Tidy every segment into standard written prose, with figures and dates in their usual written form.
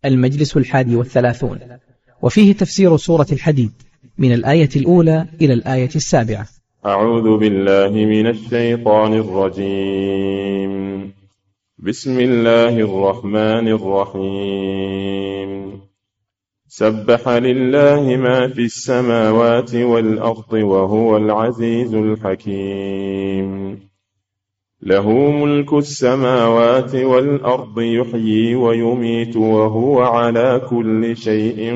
المجلس 31، وفيه تفسير سورة الحديد من الآية الأولى إلى الآية 7. أعوذ بالله من الشيطان الرجيم. بسم الله الرحمن الرحيم. سبح لله ما في السماوات والأرض وهو العزيز الحكيم. له ملك السماوات والأرض يحيي ويميت وهو على كل شيء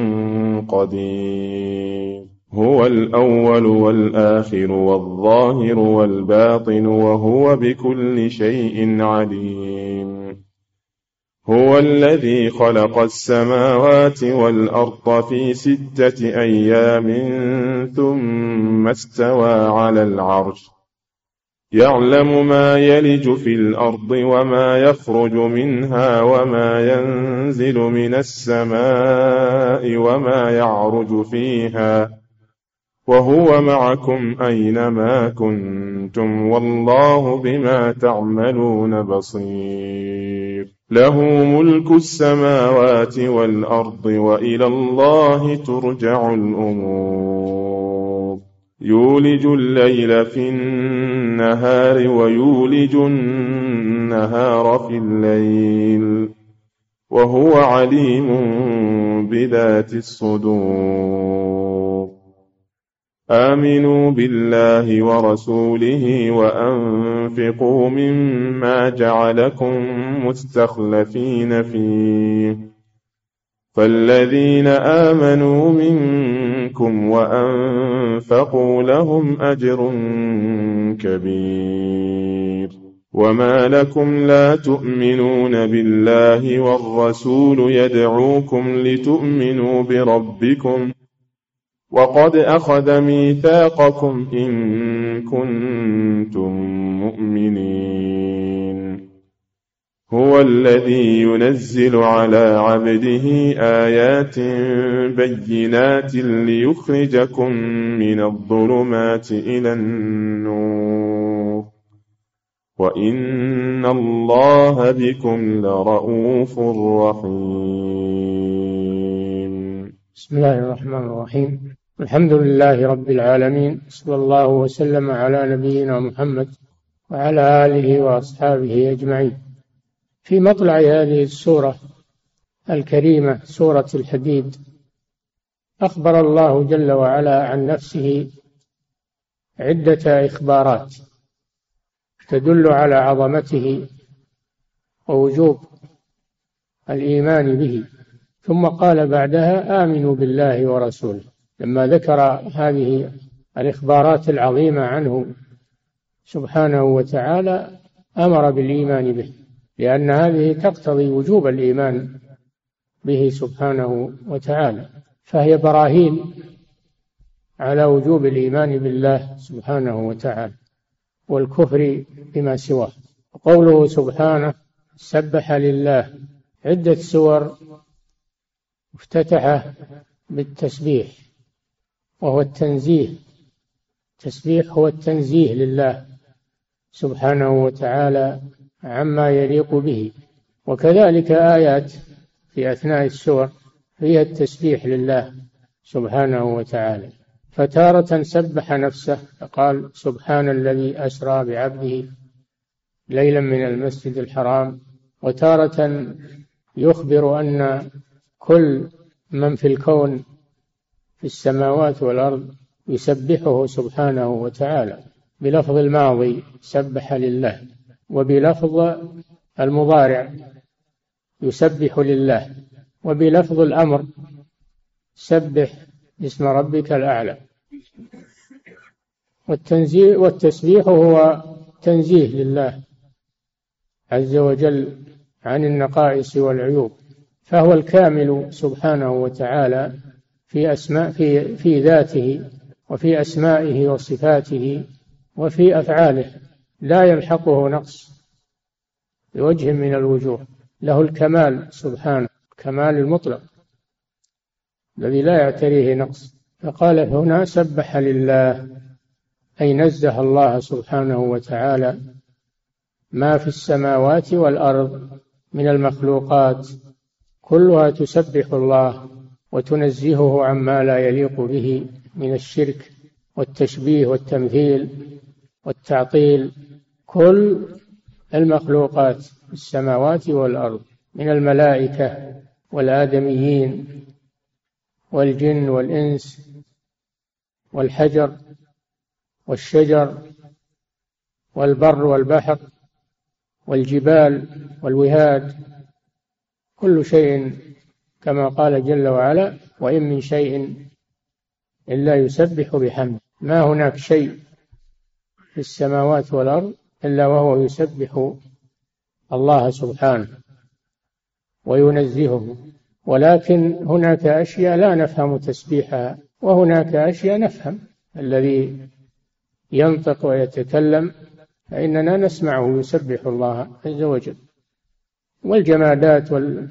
قدير. هو الأول والآخر والظاهر والباطن وهو بكل شيء عليم. هو الذي خلق السماوات والأرض في 6 أيام ثم استوى على العرش يعلم ما يلج في الأرض وما يخرج منها وما ينزل من السماء وما يعرج فيها وهو معكم أينما كنتم والله بما تعملون بصير. له ملك السماوات والأرض وإلى الله ترجع الأمور. يولج الليل في النهار ويولج النهار في الليل وهو عليم بذات الصدور. آمنوا بالله ورسوله وأنفقوا مما جعلكم مستخلفين فيه فالذين آمنوا منكم وأنفقوا لهم أجر كبير. وما لكم لا تؤمنون بالله والرسول يدعوكم لتؤمنوا بربكم وقد أخذ ميثاقكم إن كنتم مؤمنين. هو الذي ينزل على عبده آيات بينات ليخرجكم من الظلمات إلى النور وإن الله بكم لرؤوف رحيم. بسم الله الرحمن الرحيم. الحمد لله رب العالمين، صلى الله وسلم على نبينا محمد وعلى آله وأصحابه أجمعين. في مطلع هذه السورة الكريمة سورة الحديد أخبر الله جل وعلا عن نفسه عدة إخبارات تدل على عظمته ووجوب الإيمان به، ثم قال بعدها آمنوا بالله ورسوله. لما ذكر هذه الإخبارات العظيمة عنه سبحانه وتعالى أمر بالإيمان به، لأن هذه تقتضي وجوب الإيمان به سبحانه وتعالى، فهي براهين على وجوب الإيمان بالله سبحانه وتعالى والكفر بما سواه. قوله سبحانه سبح لله، عدة سور افتتح بالتسبيح وهو التنزيه. التسبيح هو التنزيه لله سبحانه وتعالى عما يليق به، وكذلك آيات في أثناء السور فيها التسبيح لله سبحانه وتعالى. فتارة سبح نفسه فقال سبحان الذي أسرى بعبده ليلا من المسجد الحرام، وتارة يخبر أن كل من في الكون في السماوات والأرض يسبحه سبحانه وتعالى بلفظ الماضي سبح لله، وبلفظ المضارع يسبح لله، وبلفظ الأمر سبح اسم ربك الأعلى. والتسبيح هو تنزيه لله عز وجل عن النقائص والعيوب، فهو الكامل سبحانه وتعالى في ذاته وفي أسمائه وصفاته وفي أفعاله، لا يلحقه نقص بوجه من الوجوه، له الكمال سبحانه، كمال المطلق الذي لا يعتريه نقص. فقال هنا سبح لله، أي نزه الله سبحانه وتعالى ما في السماوات والأرض من المخلوقات كلها تسبح الله وتنزهه عما لا يليق به من الشرك والتشبيه والتمثيل والتعطيل. كل المخلوقات في السماوات والأرض من الملائكة والآدميين والجن والإنس والحجر والشجر والبر والبحر والجبال والوهاد، كل شيء كما قال جل وعلا: وإن من شيء إلا يسبح بحمده. ما هناك شيء في السماوات والأرض إلا وهو يسبح الله سبحانه وينزهه، ولكن هناك أشياء لا نفهم تسبيحها وهناك أشياء نفهم. الذي ينطق ويتكلم فإننا نسمعه يسبح الله عز وجل، والجمادات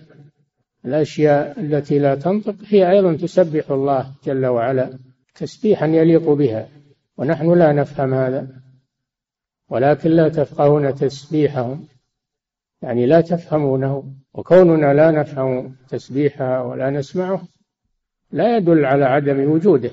والأشياء التي لا تنطق هي أيضا تسبح الله جل وعلا تسبيحا يليق بها، ونحن لا نفهم هذا، ولكن لا تفقهون تسبيحهم، يعني لا تفهمونه. وكوننا لا نفهم تسبيحها ولا نسمعه لا يدل على عدم وجوده،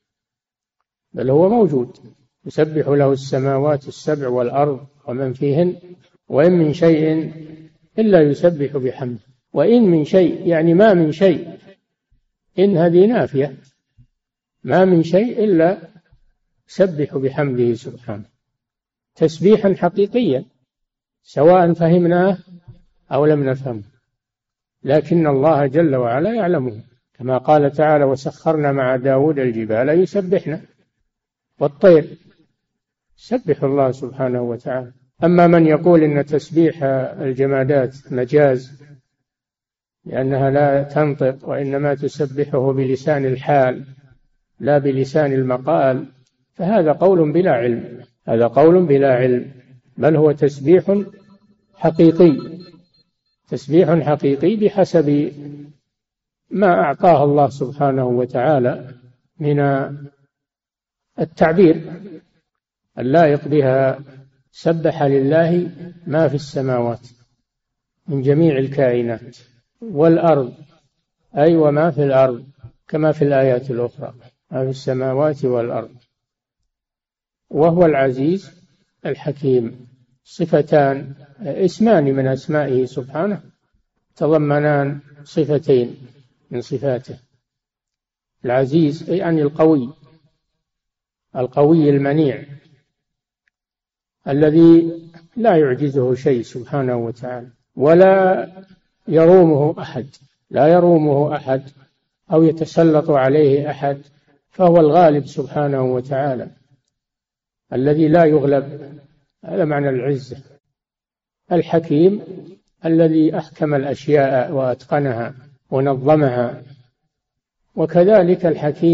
بل هو موجود. يسبح له السماوات السبع والأرض ومن فيهن وإن من شيء إلا يسبح بحمده. وإن من شيء يعني ما من شيء، إن هذه نافية، ما من شيء إلا يسبح بحمده سبحانه تسبيحا حقيقيا، سواء فهمناه أو لم نفهمه، لكن الله جل وعلا يعلمه، كما قال تعالى: وسخرنا مع داود الجبال يسبحنا والطير، سبح الله سبحانه وتعالى. أما من يقول إن تسبيح الجمادات مجاز لأنها لا تنطق وإنما تسبحه بلسان الحال لا بلسان المقال، فهذا قول بلا علم، هذا قول بلا علم، بل هو تسبيح حقيقي، تسبيح حقيقي بحسب ما أعطاه الله سبحانه وتعالى من التعبير اللائق بها. سبح لله ما في السماوات من جميع الكائنات والأرض، أي وما في الأرض، كما في الآيات الأخرى: ما في السماوات والأرض. وهو العزيز الحكيم، صفتان، اسمان من أسمائه سبحانه تضمنان صفتين من صفاته. العزيز يعني القوي، القوي المنيع الذي لا يعجزه شيء سبحانه وتعالى، ولا يرومه أحد، لا يرومه أحد أو يتسلط عليه أحد، فهو الغالب سبحانه وتعالى الذي لا يغلب، هذا معنى العزة. الحكيم الذي أحكم الأشياء وأتقنها ونظمها، وكذلك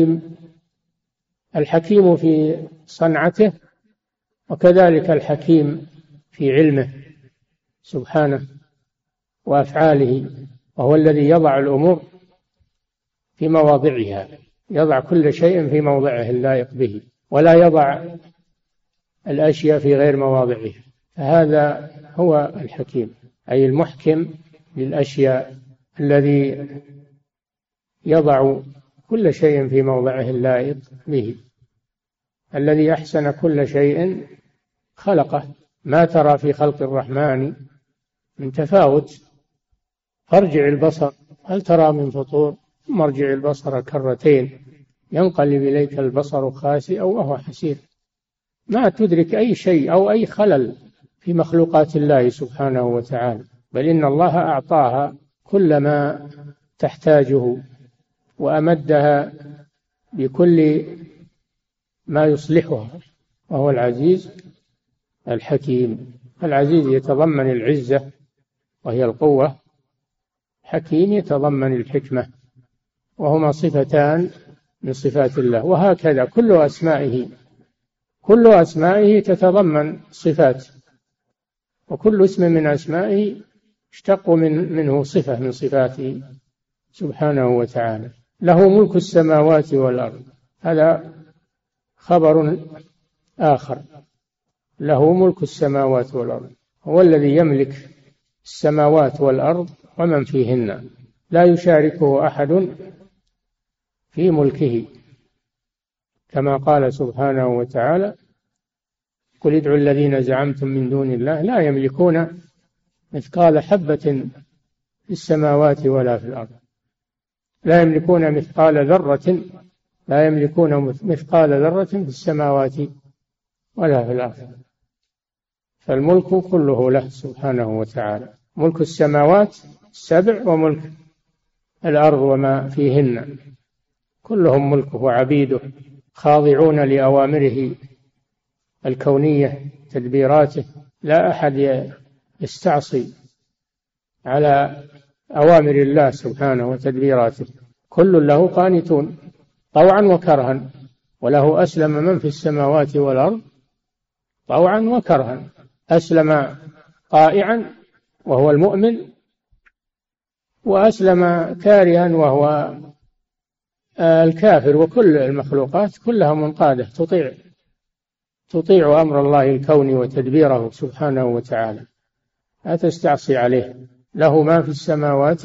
الحكيم في صنعته، وكذلك الحكيم في علمه سبحانه وأفعاله، وهو الذي يضع الأمور في مواضعها، يضع كل شيء في موضعه اللائق به، ولا يضع الأشياء في غير مواضعها، فهذا هو الحكيم، أي المحكم للأشياء، الذي يضع كل شيء في موضعه اللائق به، الذي أحسن كل شيء خلقه. ما ترى في خلق الرحمن من تفاوت، فارجع البصر هل ترى من فطور، ثم ارجع البصر كرتين ينقلب إليك البصر خاسئا وهو حسير. ما تدرك أي شيء أو أي خلل في مخلوقات الله سبحانه وتعالى، بل إن الله أعطاها كل ما تحتاجه وأمدها بكل ما يصلحها، وهو العزيز الحكيم. العزيز يتضمن العزة وهي القوة، حكيم يتضمن الحكمة، وهما صفتان من صفات الله. وهكذا كل أسمائه تتضمن صفات، وكل اسم من أسمائه اشتق منه صفة من صفاته سبحانه وتعالى. له ملك السماوات والأرض، هذا خبر آخر، له ملك السماوات والأرض، هو الذي يملك السماوات والأرض ومن فيهن، لا يشاركه أحد في ملكه، كما قال سبحانه وتعالى: قل ادعوا الذين زعمتم من دون الله لا يملكون مثقال حبة في السماوات ولا في الأرض، لا يملكون مثقال ذرة، لا يملكون مثقال ذرة في السماوات ولا في الأرض. فالملك كله له سبحانه وتعالى، ملك السماوات السبع وملك الأرض وما فيهن، كلهم ملكه وعبيده خاضعون لأوامره الكونية تدبيراته، لا أحد يستعصي على أوامر الله سبحانه وتدبيراته، كل له قانتون طوعا وكرها، وله أسلم من في السماوات والأرض طوعا وكرها، أسلم طائعا وهو المؤمن، وأسلم كارها وهو الكافر، وكل المخلوقات كلها منقادة تطيع أمر الله الكوني وتدبيره سبحانه وتعالى، لا تستعصي عليه. له ما في السماوات،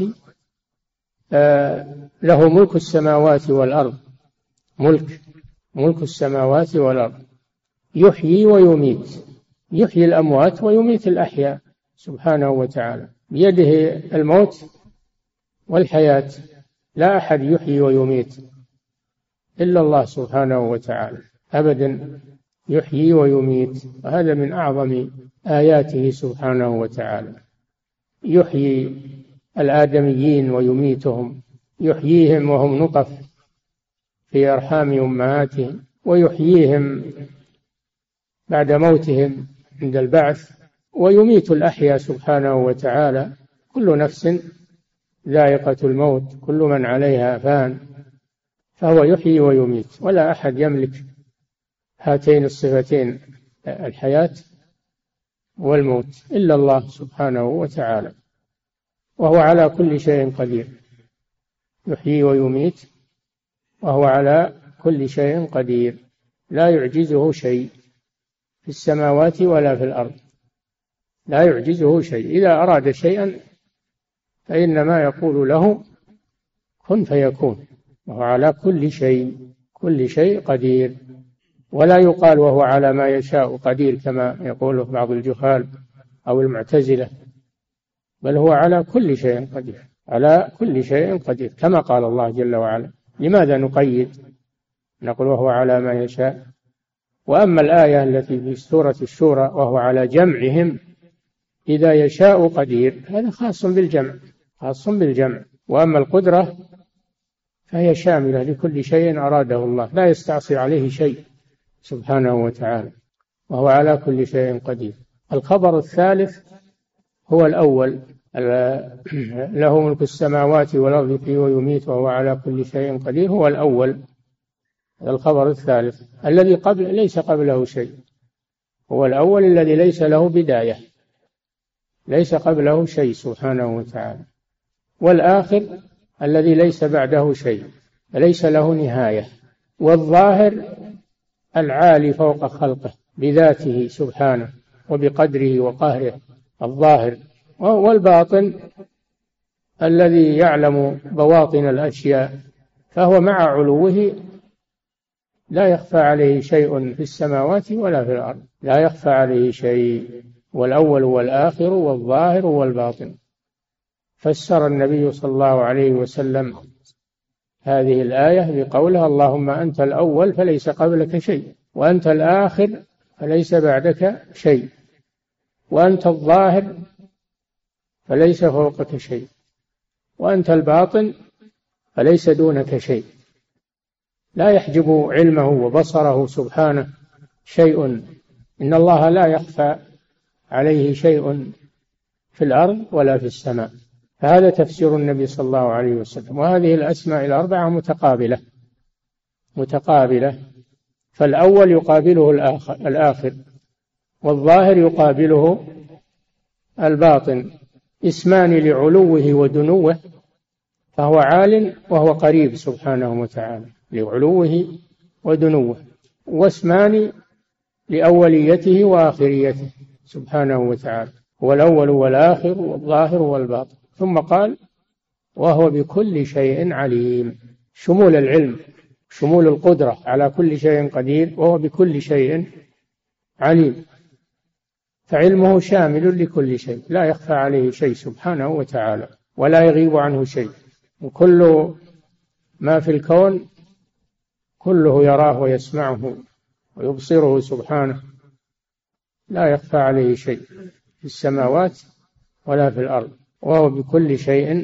له ملك السماوات والأرض، ملك السماوات والأرض، يحيي ويميت، يحيي الأموات ويميت الأحياء سبحانه وتعالى، بيده الموت والحياة، لا أحد يحيي ويميت إلا الله سبحانه وتعالى أبدا، يحيي ويميت، وهذا من أعظم آياته سبحانه وتعالى. يحيي الآدميين ويميتهم، يحييهم وهم نطف في أرحام أمهاتهم، ويحييهم بعد موتهم عند البعث، ويميت الأحياء سبحانه وتعالى. كل نفس ذائقة الموت، كل من عليها فان، فهو يحيي ويميت، ولا أحد يملك هاتين الصفتين الحياة والموت إلا الله سبحانه وتعالى، وهو على كل شيء قدير، يحيي ويميت وهو على كل شيء قدير، لا يعجزه شيء في السماوات ولا في الأرض، لا يعجزه شيء، إذا أراد شيئا فإنما يقول له كن فيكون، وهو على كل شيء قدير. ولا يقال وهو على ما يشاء قدير كما يقوله بعض الجهال أو المعتزلة، بل هو على كل شيء قدير، على كل شيء قدير، كما قال الله جل وعلا. لماذا نقيد؟ نقول وهو على ما يشاء. وأما الآية التي في سورة الشورى وهو على جمعهم إذا يشاء قدير، هذا خاص بالجمع، وأما القدرة فهي شاملة لكل شيء أراده الله، لا يستعصي عليه شيء سبحانه وتعالى، وهو على كل شيء قدير. الخبر الثالث هو الأول، له ملك السماوات والأرض يحيي ويميت وهو على كل شيء قدير، هو الأول. الخبر الثالث الذي ليس قبله شيء، هو الأول الذي ليس له بداية، ليس قبله شيء سبحانه وتعالى. والآخر الذي ليس بعده شيء، ليس له نهاية. والظاهر العالي فوق خلقه بذاته سبحانه وبقدره وقهره، الظاهر. والباطن الذي يعلم بواطن الأشياء، فهو مع علوه لا يخفى عليه شيء في السماوات ولا في الأرض، لا يخفى عليه شيء، والأول والآخر والظاهر والباطن. فسر النبي صلى الله عليه وسلم هذه الآية بقولها: اللهم أنت الأول فليس قبلك شيء، وأنت الآخر فليس بعدك شيء، وأنت الظاهر فليس فوقك شيء، وأنت الباطن فليس دونك شيء. لا يحجب علمه وبصره سبحانه شيء، إن الله لا يخفى عليه شيء في الأرض ولا في السماء. فهذا تفسير النبي صلى الله عليه وسلم. وهذه الأسماء الأربعة متقابلة، فالأول يقابله الآخر، والظاهر يقابله الباطن، اسمان لعلوه ودنوه، فهو عال وهو قريب سبحانه وتعالى لعلوه ودنوه، واسمان لأوليته وآخريته سبحانه وتعالى، هو الأول والآخر والظاهر والباطن. ثم قال: وهو بكل شيء عليم. شمول العلم، شمول القدرة على كل شيء قدير، وهو بكل شيء عليم، فعلمه شامل لكل شيء، لا يخفى عليه شيء سبحانه وتعالى، ولا يغيب عنه شيء، وكل ما في الكون كله يراه ويسمعه ويبصره سبحانه، لا يخفى عليه شيء في السماوات ولا في الأرض، وهو بكل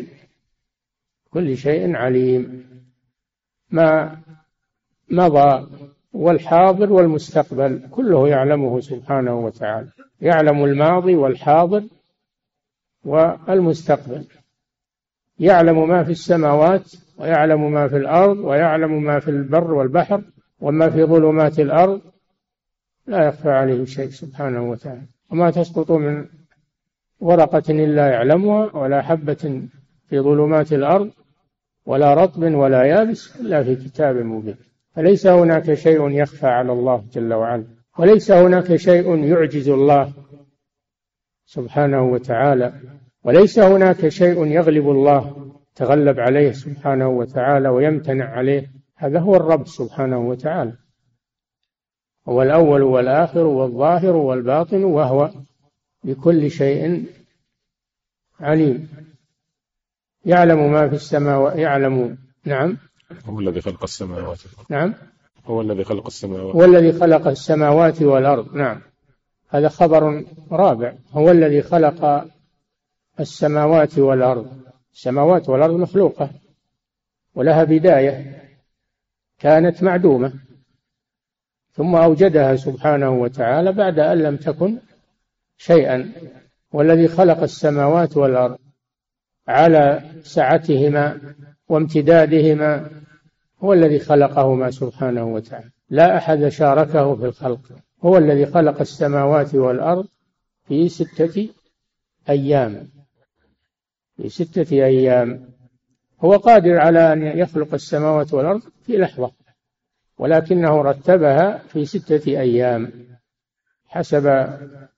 شيء عليم. ما مضى والحاضر والمستقبل كله يعلمه سبحانه وتعالى، يعلم الماضي والحاضر والمستقبل، يعلم ما في السماوات ويعلم ما في الأرض ويعلم ما في البر والبحر وما في ظلمات الأرض، لا يخفى عليه شيء سبحانه وتعالى. وما تسقط من ورقة إلا يعلمها، ولا حبة في ظلمات الأرض ولا رطب ولا يابس إلا في كتاب مبين. فليس هناك شيء يخفى على الله جل وعلا، وليس هناك شيء يعجز الله سبحانه وتعالى، وليس هناك شيء يغلب الله، تغلب عليه سبحانه وتعالى ويمتنع عليه. هذا هو الرب سبحانه وتعالى، هو الأول والآخر والظاهر والباطن، وهو بكل شيء عليم. يعلم ما في السماوات، يعلم. نعم. هو الذي خلق السماوات. نعم. هو الذي خلق السماوات. هو الذي خلق السماوات والأرض. نعم، هذا خبر رابع. هو الذي خلق السماوات والأرض. السماوات والأرض مخلوقة ولها بداية، كانت معدومة ثم أوجدها سبحانه وتعالى بعد أن لم تكن شيئا. والذي خلق السماوات والأرض على سعتهما وامتدادهما هو الذي خلقهما سبحانه وتعالى، لا أحد شاركه في الخلق. هو الذي خلق السماوات والأرض في 6 أيام، في 6 أيام. هو قادر على أن يخلق السماوات والأرض في لحظة، ولكنه رتبها في 6 أيام حسب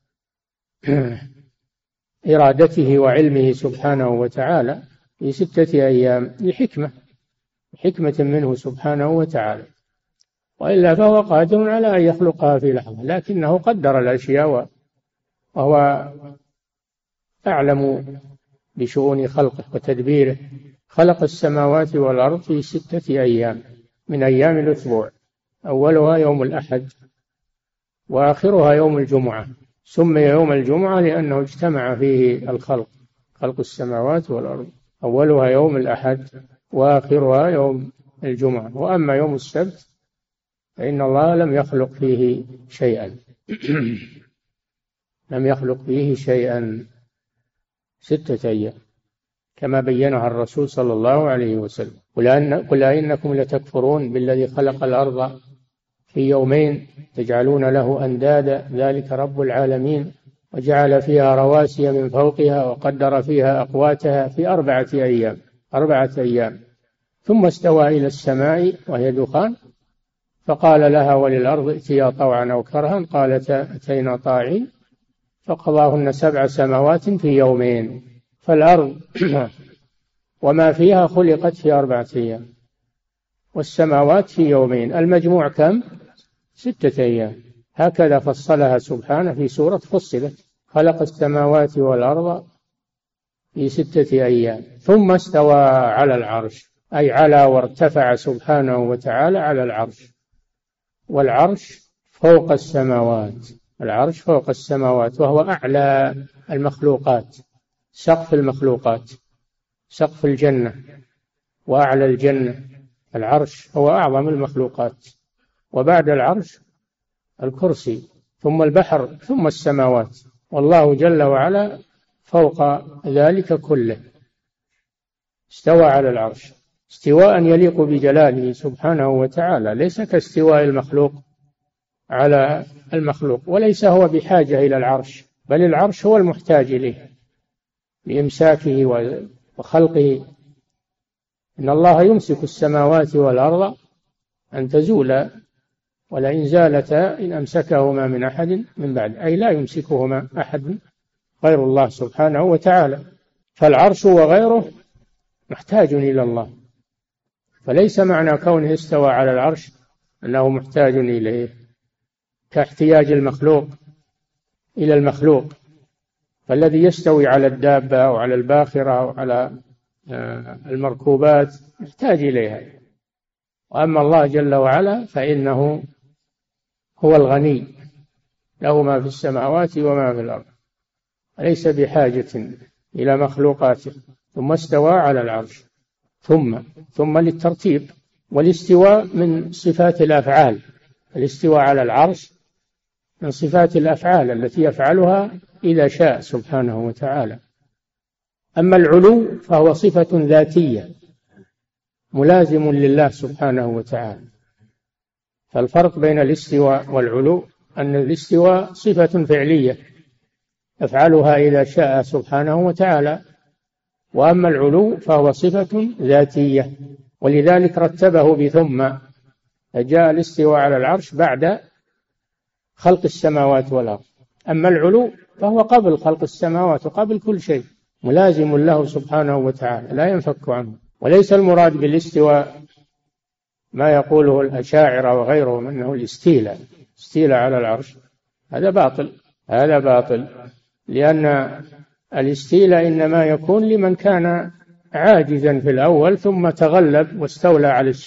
إرادته وعلمه سبحانه وتعالى، في 6 أيام لحكمة منه سبحانه وتعالى، وإلا فهو قادر على أن يخلقها في لحظة، لكنه قدر الأشياء وهو أعلم بشؤون خلقه وتدبيره. خلق السماوات والأرض في 6 أيام من أيام الأسبوع، أولها يوم الأحد وآخرها يوم الجمعة. سمي يوم الجمعة لأنه اجتمع فيه الخلق، خلق السماوات والأرض، أولها يوم الأحد وآخرها يوم الجمعة. وأما يوم السبت فإن الله لم يخلق فيه شيئا لم يخلق فيه شيئا 6 أيام كما بينها الرسول صلى الله عليه وسلم. قل أئنكم لتكفرون بالذي خلق الأرض في يومين تجعلون له أندادا ذلك رب العالمين، وجعل فيها رواسي من فوقها وقدر فيها أقواتها في 4 أيام ثم استوى إلى السماء وهي دخان فقال لها وللأرض ائتيا طوعا أو كرها قالتا أتينا طاعين فقضاهن 7 سماوات في يومين. فالأرض وما فيها خلقت في 4 أيام، والسماوات في يومين، المجموع كم؟ 6 أيام. هكذا فصلها سبحانه في سورة فصلت. خلق السماوات والأرض في 6 أيام ثم استوى على العرش، أي على وارتفع سبحانه وتعالى على العرش، والعرش فوق السماوات، العرش فوق السماوات، وهو أعلى المخلوقات، سقف المخلوقات، سقف الجنة وأعلى الجنة. العرش هو أعظم المخلوقات، وبعد العرش الكرسي، ثم البحر، ثم السماوات، والله جل وعلا فوق ذلك كله. استوى على العرش استواء يليق بجلاله سبحانه وتعالى، ليس كاستواء المخلوق على المخلوق، وليس هو بحاجة إلى العرش، بل العرش هو المحتاج إليه لإمساكه وخلقه. إن الله يمسك السماوات والأرض أن تزولا ولئن زالتا إن أمسكهما من أحد من بعد، أي لا يمسكهما أحد غير الله سبحانه وتعالى. فالعرش وغيره محتاج إلى الله. فليس معنى كونه استوى على العرش أنه محتاج إليه، كاحتياج المخلوق إلى المخلوق، فالذي يستوي على الدابة أو على الباخرة أو على المركوبات يحتاج إليها. وأما الله جل وعلا فإنه هو الغني، له ما في السماوات وما في الأرض، ليس بحاجة إلى مخلوقاته. ثم استوى على العرش، ثم للترتيب. والاستواء من صفات الأفعال، الاستواء على العرش من صفات الأفعال التي يفعلها إذا شاء سبحانه وتعالى. أما العلو فهو صفة ذاتية ملازم لله سبحانه وتعالى. فالفرق بين الاستواء والعلو أن الاستواء صفة فعلية يفعلها إذا شاء سبحانه وتعالى، وأما العلو فهو صفة ذاتية، ولذلك رتبه بثم، فجاء الاستواء على العرش بعد خلق السماوات والأرض. أما العلو فهو قبل خلق السماوات وقبل كل شيء، ملازم له سبحانه وتعالى لا ينفك عنه. وليس المراد بالاستواء ما يقوله الأشاعرة وغيرهم أنه الاستيلاء على العرش، هذا باطل، لأن الاستيلاء إنما يكون لمن كان عاجزا في الأول ثم تغلب واستولى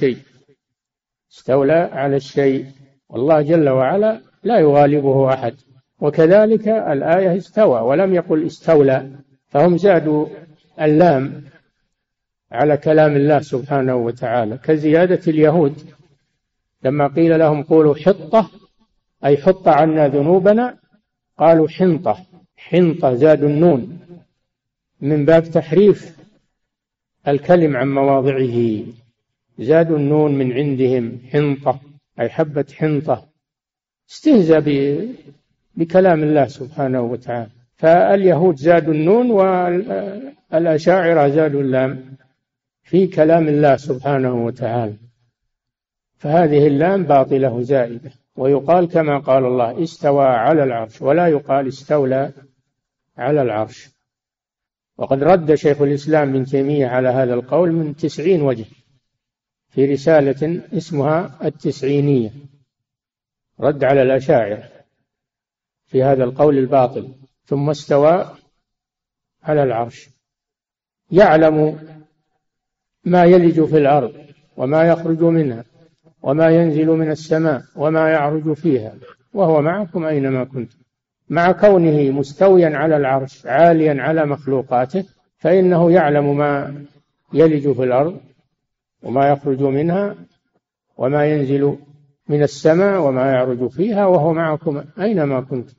على الشيء، والله جل وعلا لا يغالبه أحد. وكذلك الآية استوى ولم يقل استولى، فهم زادوا اللام على كلام الله سبحانه وتعالى، كزيادة اليهود لما قيل لهم قولوا حطة أي حط عنا ذنوبنا، قالوا حنطة زادوا النون من باب تحريف الكلم عن مواضعه، زادوا النون من عندهم، حنطة أي حبة حنطة، استهزأ بكلام الله سبحانه وتعالى. فاليهود زادوا النون والأشاعرة زادوا اللام في كلام الله سبحانه وتعالى، فهذه اللام باطلة زائدة. ويقال كما قال الله استوى على العرش، ولا يقال استولى على العرش. وقد رد شيخ الإسلام ابن تيمية على هذا القول من 90 وجه في رسالة اسمها التسعينية، رد على الأشاعرة في هذا القول الباطل. ثم استوى على العرش، يعلم ما يلج في الأرض وما يخرج منها وما ينزل من السماء وما يعرج فيها وهو معكم أينما كنتم. مع كونه مستويا على العرش عاليا على مخلوقاته، فإنه يعلم ما يلج في الأرض وما يخرج منها وما ينزل من السماء وما يعرج فيها وهو معكم أينما كنتم.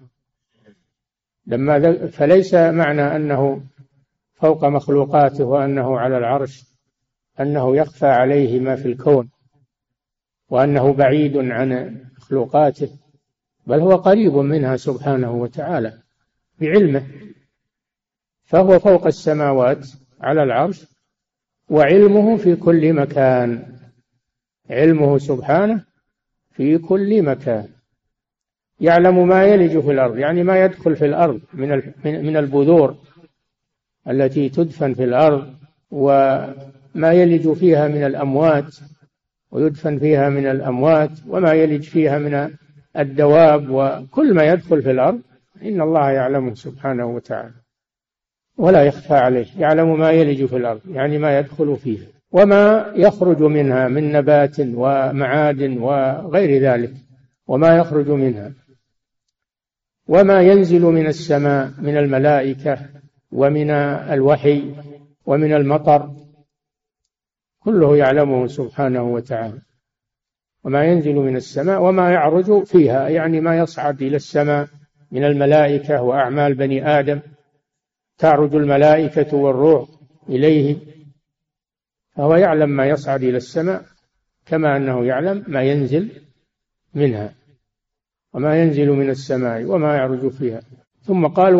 فليس معنى أنه فوق مخلوقاته وأنه على العرش أنه يخفى عليه ما في الكون وأنه بعيد عن مخلوقاته، بل هو قريب منها سبحانه وتعالى بعلمه، فهو فوق السماوات على العرش، وعلمه في كل مكان، علمه سبحانه في كل مكان. يعلم ما يلج في الأرض، يعني ما يدخل في الأرض من البذور التي تدفن في الأرض، وما يلج فيها من الأموات ويدفن فيها من الأموات، وما يلج فيها من الدواب، وكل ما يدخل في الأرض إن الله يعلمه سبحانه وتعالى ولا يخفى عليه. يعلم ما يلج في الأرض يعني ما يدخل فيها، وما يخرج منها من نبات ومعادن وغير ذلك، وما يخرج منها، وما ينزل من السماء من الملائكة ومن الوحي ومن المطر، كله يعلمه سبحانه وتعالى. وما ينزل من السماء وما يعرج فيها، يعني ما يصعد إلى السماء من الملائكة وأعمال بني آدم، تعرج الملائكة والروح إليه، فهو يعلم ما يصعد إلى السماء كما أنه يعلم ما ينزل منها، وما ينزل من السماء وما يعرج فيها. ثم قال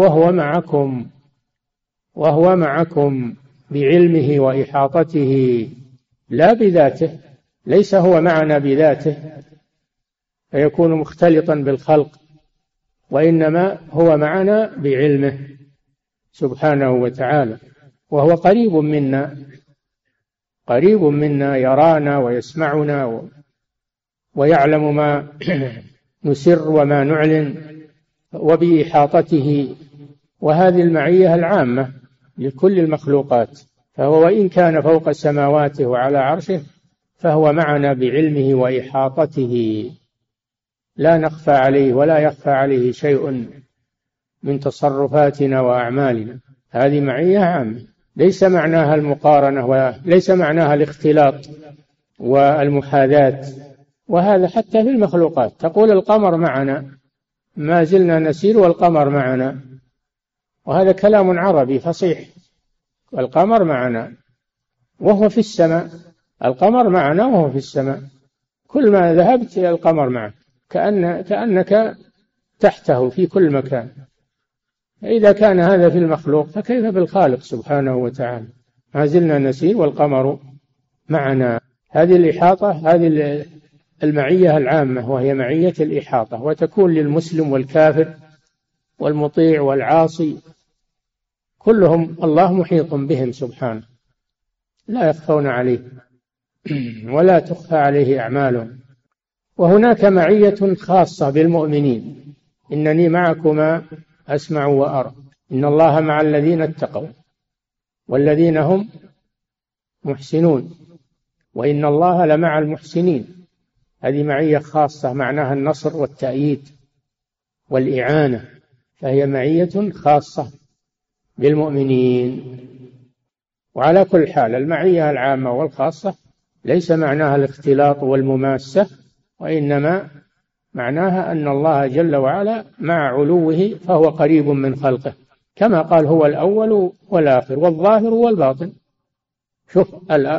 وهو معكم بعلمه وإحاطته لا بذاته، ليس هو معنا بذاته فيكون مختلطا بالخلق، وإنما هو معنا بعلمه سبحانه وتعالى، وهو قريب منا قريب منا، يرانا ويسمعنا ويعلم ما نسر وما نعلن وبإحاطته. وهذه المعية العامة لكل المخلوقات، فهو وإن كان فوق سماواته وعلى عرشه فهو معنا بعلمه وإحاطته، لا نخفى عليه ولا يخفى عليه شيء من تصرفاتنا وأعمالنا. هذه معية عامة، ليس معناها المقارنة وليس معناها الاختلاط والمحاذاة. وهذا حتى في المخلوقات، تقول القمر معنا، ما زلنا نسير والقمر معنا، وهذا كلام عربي فصيح. القمر معنا وهو في السماء، القمر معنا وهو في السماء، كل ما ذهبت إلى القمر معك كأنك تحته في كل مكان. إذا كان هذا في المخلوق فكيف بالخالق سبحانه وتعالى؟ ما زلنا نسير والقمر معنا. هذه الإحاطة، هذه المعية العامة، وهي معية الإحاطة، وتكون للمسلم والكافر والمطيع والعاصي، كلهم الله محيط بهم سبحانه، لا يخفون عليه ولا تخفى عليه أعمالهم. وهناك معية خاصة بالمؤمنين: إنني معكما أسمع وأرى، إن الله مع الذين اتقوا والذين هم محسنون، وإن الله لمع المحسنين. هذه معية خاصة معناها النصر والتأييد والإعانة، فهي معية خاصة بالمؤمنين. وعلى كل حال المعية العامة والخاصة ليس معناها الاختلاط والمماسة، وإنما معناها أن الله جل وعلا مع علوه فهو قريب من خلقه، كما قال: هو الأول والآخر والظاهر والباطن. شوف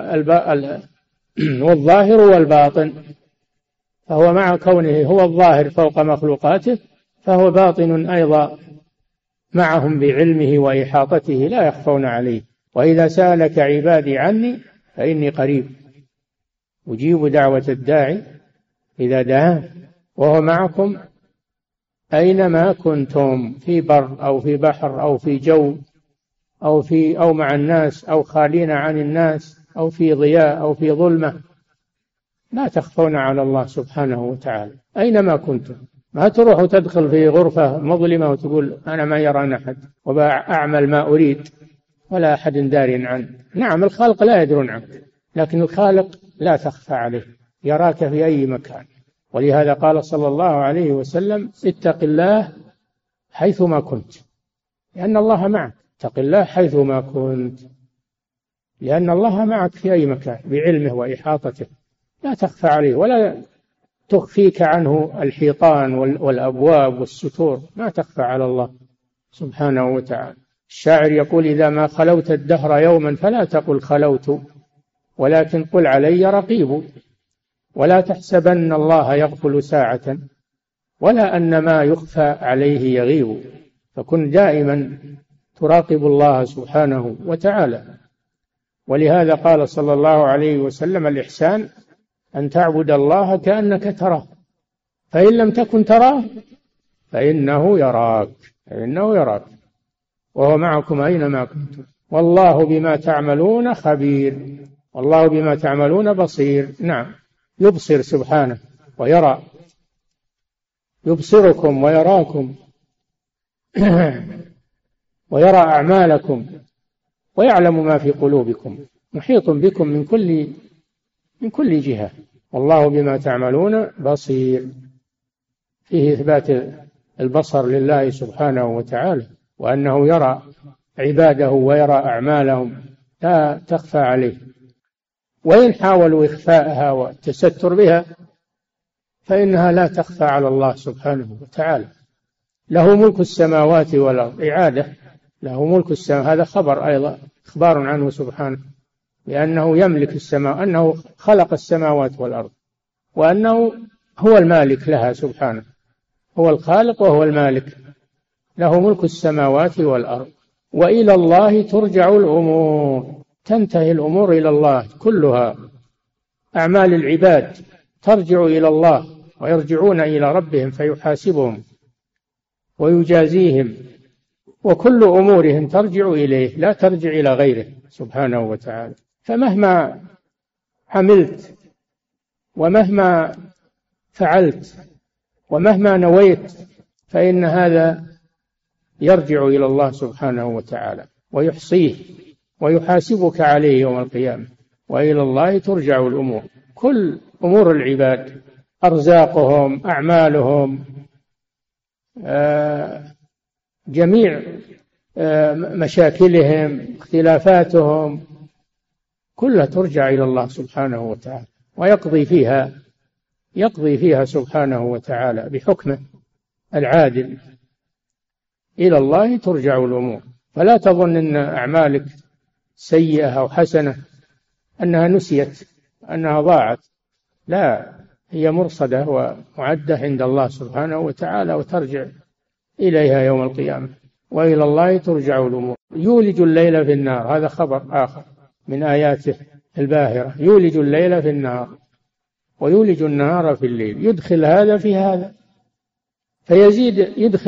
والظاهر والباطن، فهو مع كونه هو الظاهر فوق مخلوقاته فهو باطن أيضا معهم بعلمه وإحاطته، لا يخفون عليه. وإذا سألك عبادي عني فإني قريب أجيب دعوة الداعي إذا دعان، وهو معكم أينما كنتم، في بر أو في بحر أو في جو أو مع الناس أو خالين عن الناس أو في ضياء أو في ظلمة، لا تخفون على الله سبحانه وتعالى أينما كنتم. ما تروح وتدخل في غرفة مظلمة وتقول أنا ما يراني أحد وبأعمل ما أريد ولا أحد دار عنه. نعم الخالق لا يدرون عنك، لكن الخالق لا تخفى عليه، يراك في أي مكان. ولهذا قال صلى الله عليه وسلم: اتق الله حيثما كنت، لأن الله معك. اتق الله حيثما كنت، لأن الله معك في أي مكان بعلمه وإحاطته، لا تخفى عليه ولا تخفيك عنه الحيطان والأبواب والستور، ما تخفى على الله سبحانه وتعالى. الشاعر يقول: إذا ما خلوت الدهر يوما فلا تقل خلوت، ولكن قل علي رقيب، ولا تحسبن الله يغفل ساعة ولا أن ما يخفى عليه يغيب. فكن دائما تراقب الله سبحانه وتعالى. ولهذا قال صلى الله عليه وسلم: الإحسان أن تعبد الله كأنك تراه، فإن لم تكن تراه فإنه يراك وهو معكم أينما كنتم، والله بما تعملون خبير، والله بما تعملون بصير. نعم، يبصر سبحانه ويرى، يبصركم ويراكم ويرى أعمالكم ويعلم ما في قلوبكم، محيط بكم من كل جهة. والله بما تعملون بصير، فيه إثبات البصر لله سبحانه وتعالى، وأنه يرى عباده ويرى أعمالهم لا تخفى عليه. وإن حاولوا إخفاءها والتستر بها فإنها لا تخفى على الله سبحانه وتعالى. له ملك السماوات والأرض، إعادة، له ملك السماوات، هذا خبر أيضا، إخبار عنه سبحانه بأنه يملك السماء، أنه خلق السماوات والأرض، وأنه هو المالك لها سبحانه، هو الخالق وهو المالك، له ملك السماوات والأرض. وإلى الله ترجع الأمور، تنتهي الأمور إلى الله كلها، أعمال العباد ترجع إلى الله ويرجعون إلى ربهم فيحاسبهم ويجازيهم، وكل أمورهم ترجع إليه لا ترجع إلى غيره سبحانه وتعالى. فمهما عملت ومهما فعلت ومهما نويت فإن هذا يرجع إلى الله سبحانه وتعالى ويحصيه ويحاسبك عليه يوم القيامة، وإلى الله ترجع الأمور، كل أمور العباد، أرزاقهم، أعمالهم، جميع مشاكلهم، اختلافاتهم، كلها ترجع إلى الله سبحانه وتعالى يقضي فيها سبحانه وتعالى بحكمه العادل. إلى الله ترجع الأمور، فلا تظن أن أعمالك سيئة أو حسنة أنها نسيت، أنها ضاعت، لا، هي مرصدة ومعدة عند الله سبحانه وتعالى وترجع إليها يوم القيامة، وإلى الله ترجع الأمور. يولج الليل في النار، هذا خبر آخر من آياته الباهرة، يولج الليل في النار ويولج النهار في الليل، يدخل هذا في هذا، فيزيد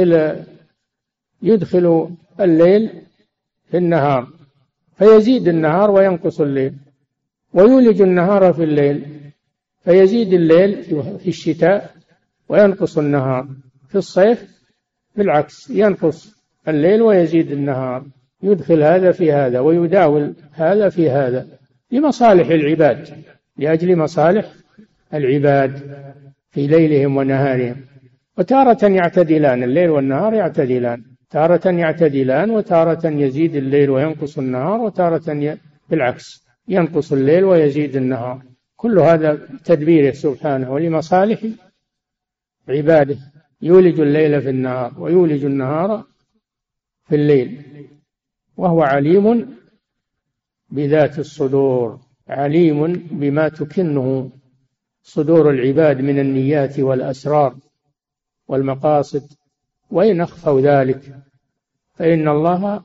يدخل الليل في النهار فيزيد النهار وينقص الليل، ويولج النهار في الليل فيزيد الليل في الشتاء وينقص النهار، في الصيف بالعكس ينقص الليل ويزيد النهار، يدخل هذا في هذا ويداول هذا في هذا لمصالح العباد، لأجل مصالح العباد في ليلهم ونهارهم. وتارة يعتدلان، الليل والنهار يعتدلان، تارة يعتدلان وتارة يزيد الليل وينقص النهار، وتارة بالعكس ينقص الليل ويزيد النهار، كل هذا تدبيره سبحانه ولمصالح عباده. يولج الليل في النهار ويولج النهار في الليل، وهو عليم بذات الصدور، عليم بما تكنه صدور العباد من النيات والأسرار والمقاصد، وإن أخفوا ذلك فإن الله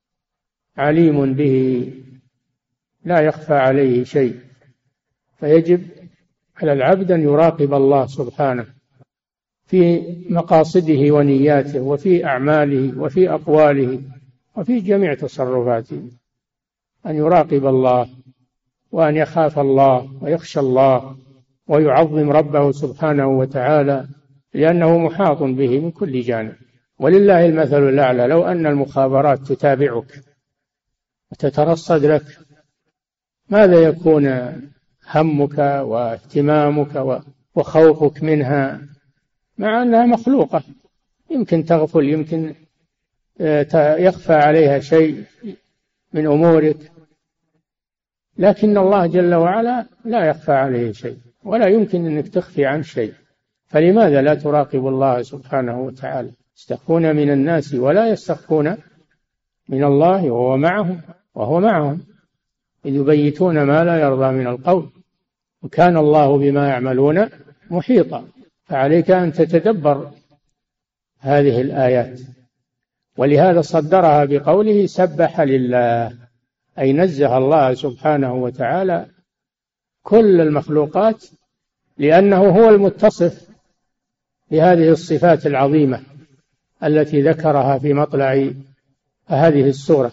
عليم به لا يخفى عليه شيء. فيجب على العبد أن يراقب الله سبحانه في مقاصده ونياته وفي أعماله وفي أقواله وفي جميع تصرفاته، أن يراقب الله وأن يخاف الله ويخشى الله ويعظم ربه سبحانه وتعالى، لأنه محاط به من كل جانب. ولله المثل الأعلى، لو أن المخابرات تتابعك وتترصد لك، ماذا يكون همك واهتمامك وخوفك منها، مع أنها مخلوقة، يمكن تغفل، يمكن يخفى عليها شيء من أمورك، لكن الله جل وعلا لا يخفى عليه شيء ولا يمكن أنك تخفي عن شيء. فلماذا لا تراقب الله سبحانه وتعالى؟ يستخفون من الناس ولا يستخفون من الله وهو معهم إذ يبيتون ما لا يرضى من القول، وكان الله بما يعملون محيطا. فعليك أن تتدبر هذه الآيات، ولهذا صدرها بقوله سبح لله، أي نزه الله سبحانه وتعالى كل المخلوقات، لأنه هو المتصف بهذه الصفات العظيمة التي ذكرها في مطلع هذه السورة،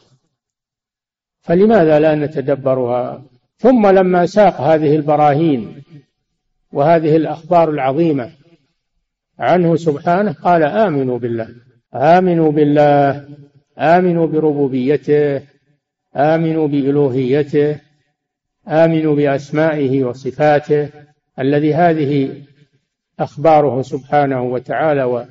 فلماذا لا نتدبرها؟ ثم لما ساق هذه البراهين وهذه الأخبار العظيمة عنه سبحانه قال آمنوا بالله، آمنوا بالله، آمنوا بربوبيته، آمنوا بإلوهيته، آمنوا بأسمائه وصفاته، الذي هذه أخباره سبحانه وتعالى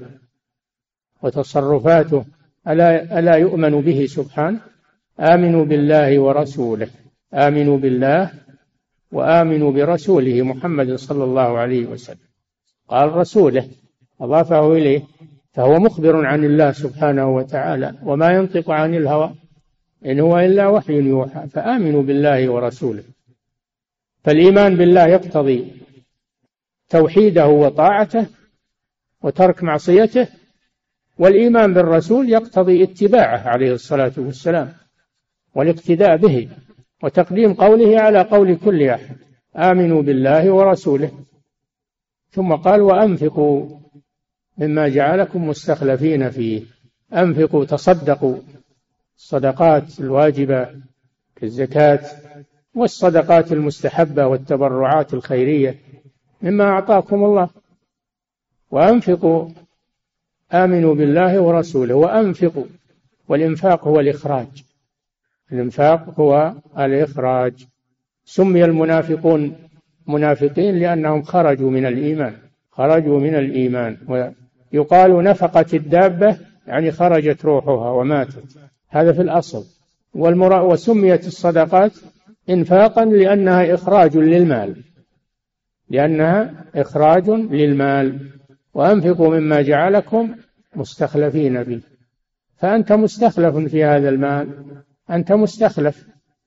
وتصرفاته، ألا يؤمن به سبحانه؟ آمنوا بالله ورسوله، آمنوا بالله وآمنوا برسوله محمد صلى الله عليه وسلم، قال رسوله أضافه إليه، فهو مخبر عن الله سبحانه وتعالى، وما ينطق عن الهوى إن هو إلا وحي يوحى، فآمنوا بالله ورسوله. فالإيمان بالله يقتضي توحيده وطاعته وترك معصيته، والإيمان بالرسول يقتضي اتباعه عليه الصلاة والسلام والاقتداء به وتقديم قوله على قول كل أحد. آمنوا بالله ورسوله، ثم قال وأنفقوا مما جعلكم مستخلفين فيه، أنفقوا، تصدقوا الصدقات الواجبة كالزكاة والصدقات المستحبة والتبرعات الخيرية مما أعطاكم الله. وأنفقوا، آمنوا بالله ورسوله وأنفقوا. والإنفاق هو الإخراج، الإنفاق هو الإخراج. سمي المنافقون منافقين لأنهم خرجوا من الإيمان، خرجوا من الإيمان. ويقال نفقت الدابة يعني خرجت روحها وماتت، هذا في الأصل. وسميت الصدقات إنفاقا لأنها إخراج للمال، لأنها إخراج للمال. وأنفقوا مما جعلكم مستخلفين فيه. فأنت مستخلف في هذا المال، أنت مستخلف،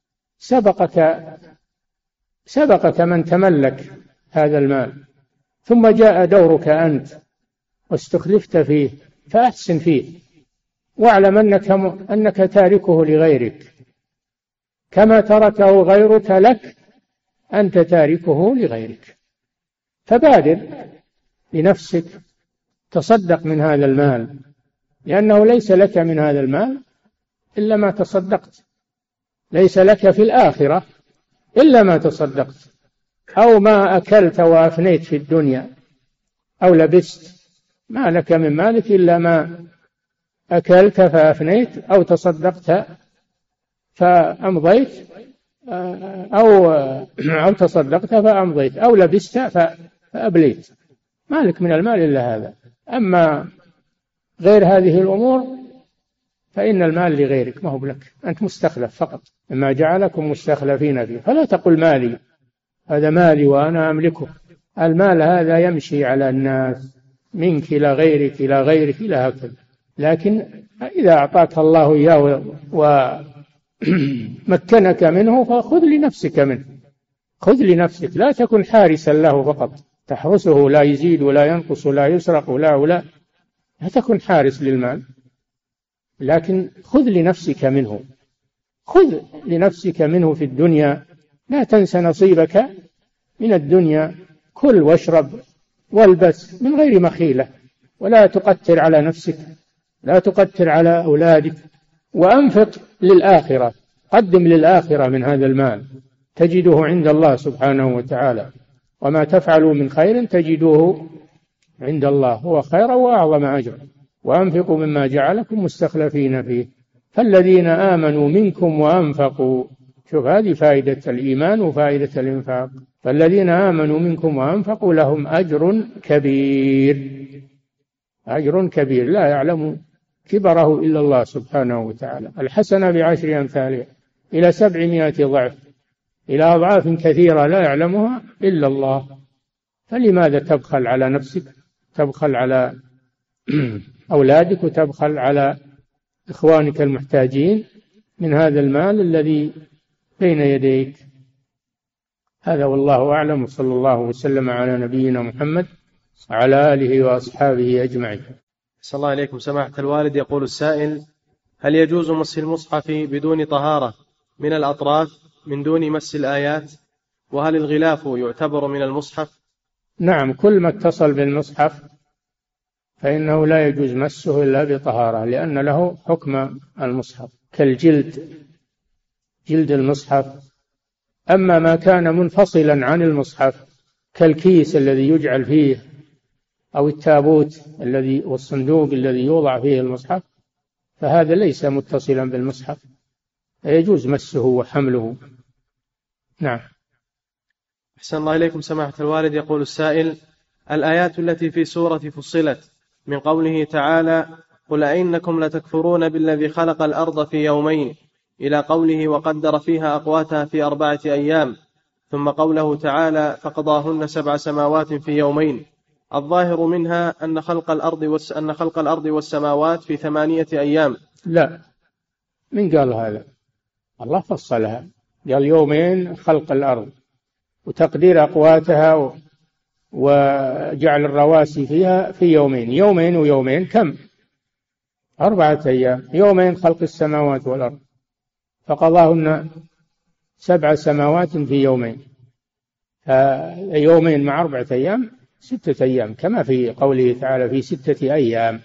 سبقك من تملك هذا المال، ثم جاء دورك أنت واستخلفت فيه، فأحسن فيه، واعلم أنك تاركه لغيرك كما تركه غيرك لك، أنت تاركه لغيرك. فبادر لنفسك، تصدق من هذا المال، لأنه ليس لك من هذا المال إلا ما تصدقت، ليس لك في الآخرة إلا ما تصدقت، أو ما أكلت وأفنيت في الدنيا، أو لبست، ما لك من مالك إلا ما أكلت فأفنيت، أو تصدقت فأمضيت، أو تصدقت فأمضيت، أو لبست فأبليت، ما لك من المال إلا هذا. أما غير هذه الأمور فإن المال لغيرك، ما هو لك، أنت مستخلف فقط، مما جعلكم مستخلفين فيه. فلا تقل مالي، هذا مالي وأنا أملكه. المال هذا يمشي على الناس، منك إلى غيرك إلى غيرك إلى هكذا. لكن إذا أعطاك الله إياه ومكنك منه فخذ لنفسك منه، خذ لنفسك، لا تكن حارسا له فقط تحرسه، لا يزيد ولا ينقص ولا يسرق لا تكن حارس للمال، لكن خذ لنفسك منه، خذ لنفسك منه في الدنيا، لا تنس نصيبك من الدنيا، كل واشرب والبس من غير مخيلة، ولا تقتر على نفسك، لا تقتر على أولادك. وأنفق للآخرة، قدم للآخرة من هذا المال، تجده عند الله سبحانه وتعالى، وما تفعلوا من خير تجدوه عند الله هو خيرا وأعظم أجرا. وأنفقوا مما جعلكم مستخلفين فيه فالذين آمنوا منكم وأنفقوا. شوف، هذه فائدة الإيمان وفائدة الإنفاق. فالذين آمنوا منكم وأنفقوا لهم أجر كبير، أجر كبير لا يعلم كبره إلا الله سبحانه وتعالى. الحسنة بعشر أمثالها إلى 700 ضعف، إلى أضعاف كثيرة لا يعلمها إلا الله. فلماذا تبخل على نفسك، تبخل على أولادك، وتبخل على إخوانك المحتاجين من هذا المال الذي بين يديك؟ هذا والله أعلم، وصلى الله وسلم على نبينا محمد وعلى آله وأصحابه أجمعين. صلى الله عليكم سماحة الوالد. يقول السائل: هل يجوز مس المصحف بدون طهارة من الأطراف من دون مس الآيات؟ وهل الغلاف يعتبر من المصحف؟ نعم، كل ما اتصل بالمصحف فإنه لا يجوز مسه إلا بطهارة، لأن له حكم المصحف كالجلد، جلد المصحف. أما ما كان منفصلا عن المصحف كالكيس الذي يجعل فيه، أو التابوت الذي والصندوق الذي يوضع فيه المصحف، فهذا ليس متصلا بالمصحف، يجوز مسه وحمله. نعم. أحسن الله إليكم سماحة الوالد. يقول السائل: الآيات التي في سورة فصلت من قوله تعالى: قل أئنكم لتكفرون بالذي خلق الأرض في يومين، إلى قوله: وقدر فيها أقواتها في 4 أيام، ثم قوله تعالى: فقضاهن 7 سماوات في يومين، الظاهر منها أن خلق الأرض والسماوات في 8 أيام. لا، من قال هذا؟ الله فصلها، قال يومين خلق الأرض وتقدير أقواتها وجعل الرواسي فيها في يومين، يومين ويومين كم؟ 4 أيام. يومين خلق السماوات والأرض، فقضاهن 7 سماوات في يومين، يومين مع 4 أيام 6 أيام، كما في قوله تعالى: في 6 أيام.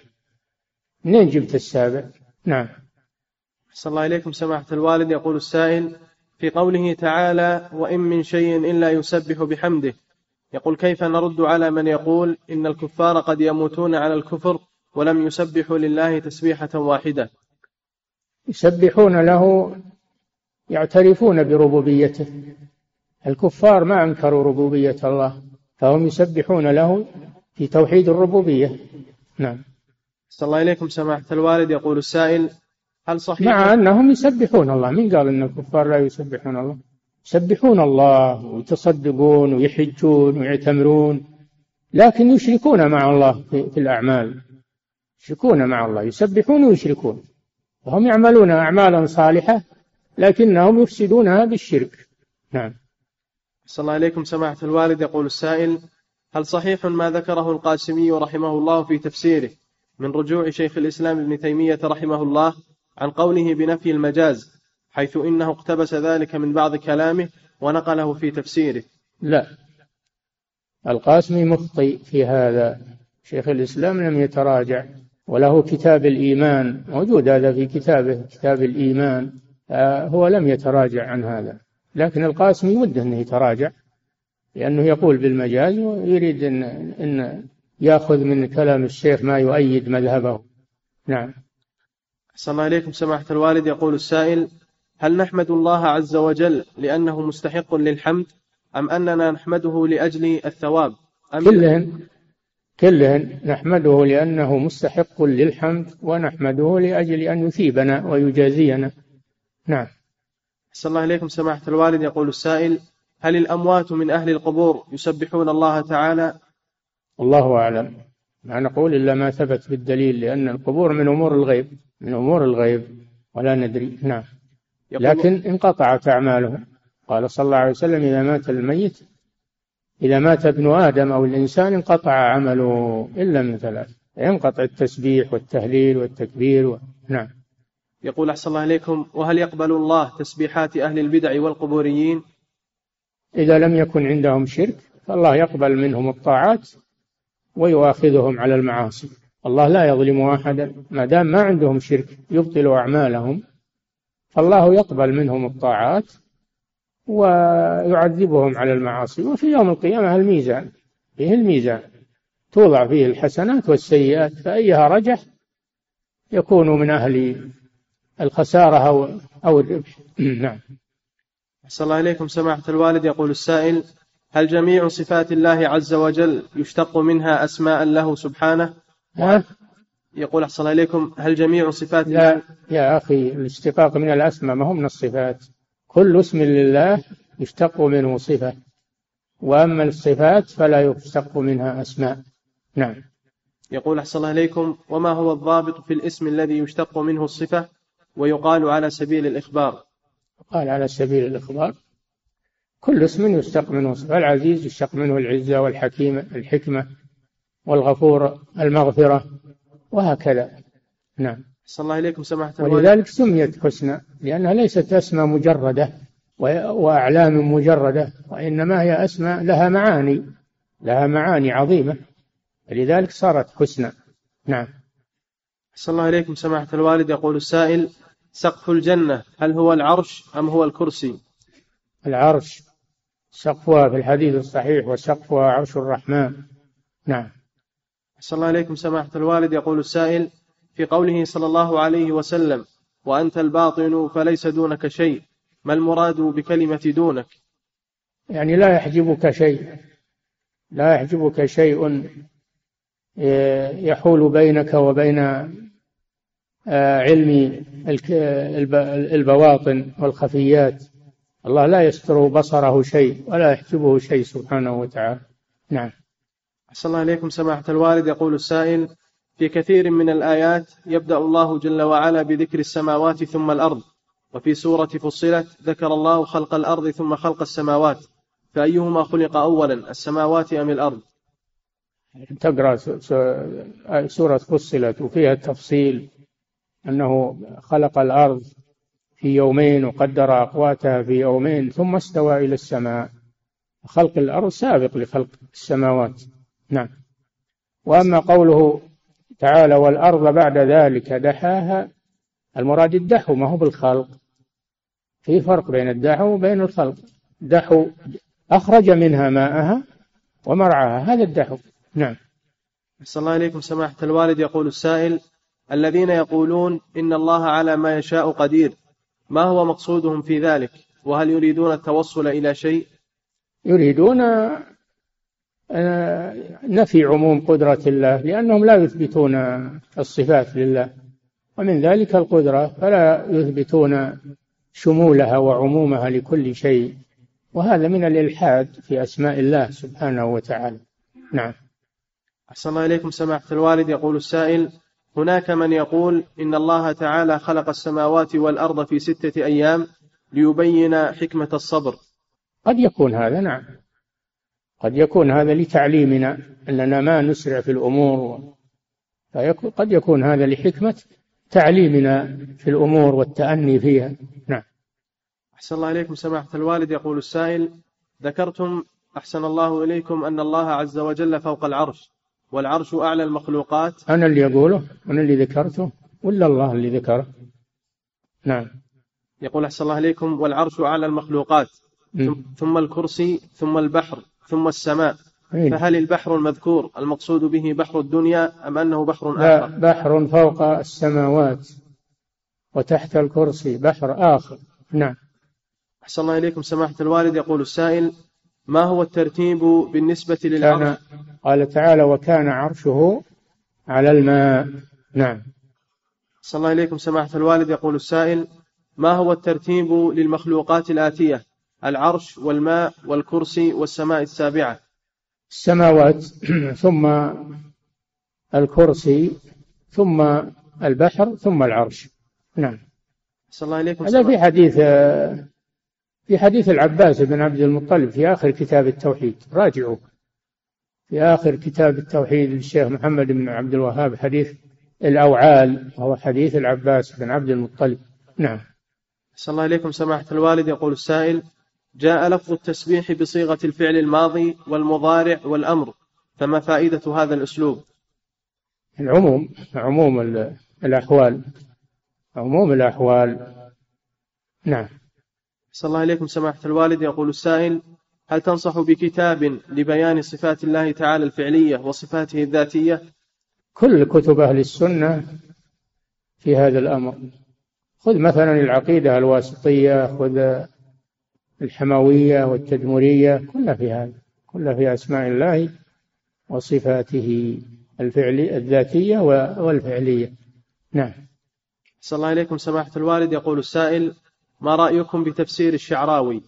منين جبت 7؟ نعم. صلى الله إليكم سماحة الوالد. يقول السائل: في قوله تعالى وإن من شيء إلا يسبح بحمده، يقول كيف نرد على من يقول إن الكفار قد يموتون على الكفر ولم يسبحوا لله تسبيحة واحدة؟ يسبحون له، يعترفون بربوبيته. الكفار ما أنكروا ربوبية الله، فهم يسبحون له في توحيد الربوبية. نعم. صلى الله إليكم سماحة الوالد، يقول السائل هل صحيح مع أنهم يسبحون الله، من قال أن الكفار لا يسبحون الله؟ يسبحون الله ويتصدقون ويحجون ويعتمرون، لكن يشركون مع الله في الأعمال، يشركون مع الله، يسبحون ويشركون، وهم يعملون أعمالا صالحة لكنهم يفسدونها بالشرك. نعم. صلى الله عليكم سماحة الوالد، يقول السائل هل صحيح ما ذكره القاسمي رحمه الله في تفسيره من رجوع شيخ الإسلام ابن تيمية رحمه الله عن قوله بنفي المجاز، حيث إنه اقتبس ذلك من بعض كلامه ونقله في تفسيره؟ لا، القاسمي مخطئ في هذا. شيخ الإسلام لم يتراجع، وله كتاب الإيمان موجود هذا في كتابه، كتاب الإيمان، هو لم يتراجع عن هذا، لكن القاسمي وده أنه يتراجع، لأنه يقول بالمجاز ويريد أن يأخذ من كلام الشيخ ما يؤيد مذهبه. نعم. أحسن الله إليكم سماحة الوالد، يقول السائل هل نحمد الله عز وجل لأنه مستحق للحمد، أم أننا نحمده لأجل الثواب؟ كلهن نحمده لأنه مستحق للحمد، ونحمده لأجل أن يثيبنا ويجازينا. نعم. أحسن الله إليكم سماحة الوالد، يقول السائل هل الأموات من أهل القبور يسبحون الله تعالى؟ الله أعلم، ما نقول إلا ما ثبت بالدليل، لأن القبور من أمور الغيب ولا ندري. نعم. لكن انقطعت أعماله. قال صلى الله عليه وسلم إذا مات ابن آدم أو الإنسان انقطع عمله إلا من ثلاث، ينقطع التسبيح والتهليل والتكبير نعم. يقول أحسن الله إليكم وهل يقبل الله تسبيحات أهل البدع والقبوريين؟ إذا لم يكن عندهم شرك فالله يقبل منهم الطاعات ويؤاخذهم على المعاصي. الله لا يظلم أحدا، ما دام ما عندهم شرك يبطل أعمالهم، فالله يقبل منهم الطاعات ويعذبهم على المعاصي. وفي يوم القيامة الميزان توضع فيه الحسنات والسيئات، فأيها رجح يكون من أهل الخسارة أو الربح. نعم. أحسن الله إليكم سماحة الوالد، يقول السائل هل جميع صفات الله عز وجل يشتق منها أسماء له سبحانه؟ يقول أحسن الله إليكم هل جميع صفات لا يا أخي، الاشتقاق من الأسماء ما هو من الصفات، كل اسم لله يشتق منه صفة، وأما الصفات فلا يشتق منها أسماء. نعم. يقول أحسن الله إليكم وما هو الضابط في الاسم الذي يشتق منه الصفة ويقال على سبيل الإخبار؟ قال على سبيل الإخبار كل اسم يشتق منه صفة، العزيز يشتق منه العزة، والحكيم الحكمة، والغفور المغفرة، وهكذا. نعم. صلى الله إليكم سماحة الوالد. ولذلك سميت حسنى، لأنها ليست أسماء مجردة وأعلام مجردة، وإنما هي أسماء لها معاني عظيمة، لذلك صارت حسنى. نعم. صلى الله إليكم سماحة الوالد، يقول السائل سقف الجنة هل هو العرش أم هو الكرسي؟ العرش سقفها في الحديث الصحيح، وسقفها عرش الرحمن. نعم. صلى الله عليكم سماحة الوالد، يقول السائل في قوله صلى الله عليه وسلم وأنت الباطن فليس دونك شيء، ما المراد بكلمة دونك؟ يعني لا يحجبك شيء يحول بينك وبين علم البواطن والخفيات. الله لا يستر بصره شيء ولا يحجبه شيء سبحانه وتعالى. نعم. أحسن الله إليكم سماحة الوالد، يقول السائل في كثير من الآيات يبدأ الله جل وعلا بذكر السماوات ثم الأرض، وفي سورة فصلت ذكر الله خلق الأرض ثم خلق السماوات، فأيهما خلق أولا السماوات أم الأرض؟ تقرأ سورة فصلت وفيها التفصيل أنه خلق الأرض في يومين وقدر أقواتها في يومين ثم استوى إلى السماء. خلق الأرض سابق لخلق السماوات. نعم. وأما قوله تعالى والأرض بعد ذلك دحاها، المراد الدحو ما هو بالخلق، في فرق بين الدحو وبين الخلق. دحو أخرج منها ماءها ومرعاها، هذا الدحو. نعم. أحسن الله إليكم سماحة الوالد. يقول السائل: الذين يقولون إن الله على ما يشاء قدير، ما هو مقصودهم في ذلك؟ وهل يريدون التوصل إلى شيء؟ يريدون نفي عموم قدرة الله، لأنهم لا يثبتون الصفات لله، ومن ذلك القدرة، فلا يثبتون شمولها وعمومها لكل شيء، وهذا من الإلحاد في أسماء الله سبحانه وتعالى. نعم. أحسن الله إليكم سماحة الوالد. يقول السائل: هناك من يقول إن الله تعالى خلق السماوات والأرض في 6 أيام ليبين حكمة الصبر. قد يكون هذا، نعم، قد يكون هذا لتعليمنا أننا ما نسرع في الأمور، قد يكون هذا لحكمة تعليمنا في الأمور والتأني فيها. نعم. أحسن الله إليكم سماحة الوالد. يقول السائل: ذكرتم أحسن الله إليكم أن الله عز وجل فوق العرش، والعرش أعلى المخلوقات. أنا اللي أقوله؟ أنا اللي ذكرته ولا الله اللي ذكره؟ نعم. يقول أحسن الله إليكم: والعرش أعلى المخلوقات، ثم الكرسي، ثم البحر، ثم السماء. فهل البحر المذكور المقصود به بحر الدنيا أم أنه بحر آخر؟ لا، بحر فوق السماوات وتحت الكرسي بحر آخر. نعم. أحسن الله إليكم سماحة الوالد. يقول السائل: ما هو الترتيب بالنسبة للعرش؟ قال تعالى: وكان عرشه على الماء. نعم. أحسن الله إليكم سماحة الوالد. يقول السائل: ما هو الترتيب للمخلوقات الآتية: العرش والماء والكرسي والسماء السابعة؟ السماوات ثم الكرسي ثم البحر ثم العرش. نعم. أحسن الله إليكم. هذا في حديث العباس بن عبد المطلب في آخر كتاب التوحيد، راجعوا في آخر كتاب التوحيد للشيخ محمد بن عبد الوهاب، حديث الأوعال، وهو حديث العباس بن عبد المطلب. نعم. أحسن الله إليكم سماحة الوالد. يقول السائل: جاء لفظ التسبيح بصيغة الفعل الماضي والمضارع والأمر، فما فائدة هذا الأسلوب؟ العموم، عموم الأحوال، عموم الأحوال. نعم. أحسن الله إليكم سماحة الوالد. يقول السائل: هل تنصح بكتاب لبيان صفات الله تعالى الفعلية وصفاته الذاتية؟ كل كتب أهل السنة في هذا الأمر. خذ مثلا العقيدة الواسطية، خذ الحموية والتدمرية، كلها في هذا، كلها في أسماء الله وصفاته الذاتية والفعلية. نعم. أحسن الله إليكم سماحة الوالد. يقول السائل: ما رأيكم بتفسير الشعراوي؟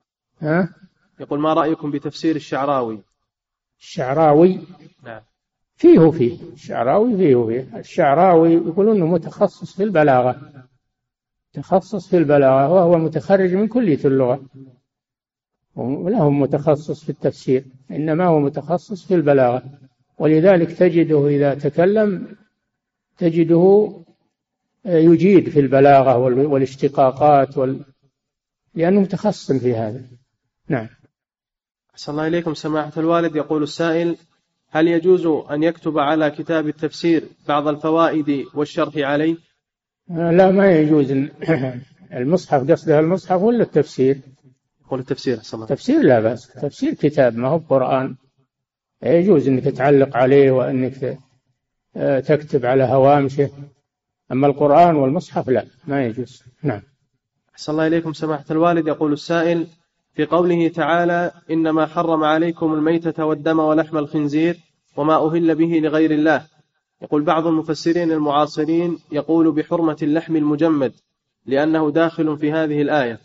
يقول: ما رأيكم بتفسير الشعراوي؟ الشعراوي؟ نعم. فيه الشعراوي فيه. الشعراوي يقولون أنه متخصص في البلاغة، تخصص في البلاغة، وهو متخرج من كلية اللغة، وله متخصص في التفسير، إنما هو متخصص في البلاغة، ولذلك تجده إذا تكلم تجده يجيد في البلاغة والاشتقاقات لأنه متخصص في هذا. نعم. أحسن الله إليكم سماحة الوالد. يقول السائل: هل يجوز أن يكتب على كتاب التفسير بعض الفوائد والشرح عليه؟ لا، ما يجوز. المصحف، قصدها المصحف ولا التفسير؟ يقول التفسير. أحسن الله. تفسير لا بأس، تفسير كتاب ما هو قرآن، يجوز أنك تعلق عليه وأنك تكتب على هوامشه، أما القرآن والمصحف لا، ما يجوز. نعم. أحسن الله إليكم سماحة الوالد. يقول السائل: في قوله تعالى: إنما حرم عليكم الميتة والدم ولحم الخنزير وما أهل به لغير الله، يقول بعض المفسرين المعاصرين يقول بحرمة اللحم المجمد لأنه داخل في هذه الآية.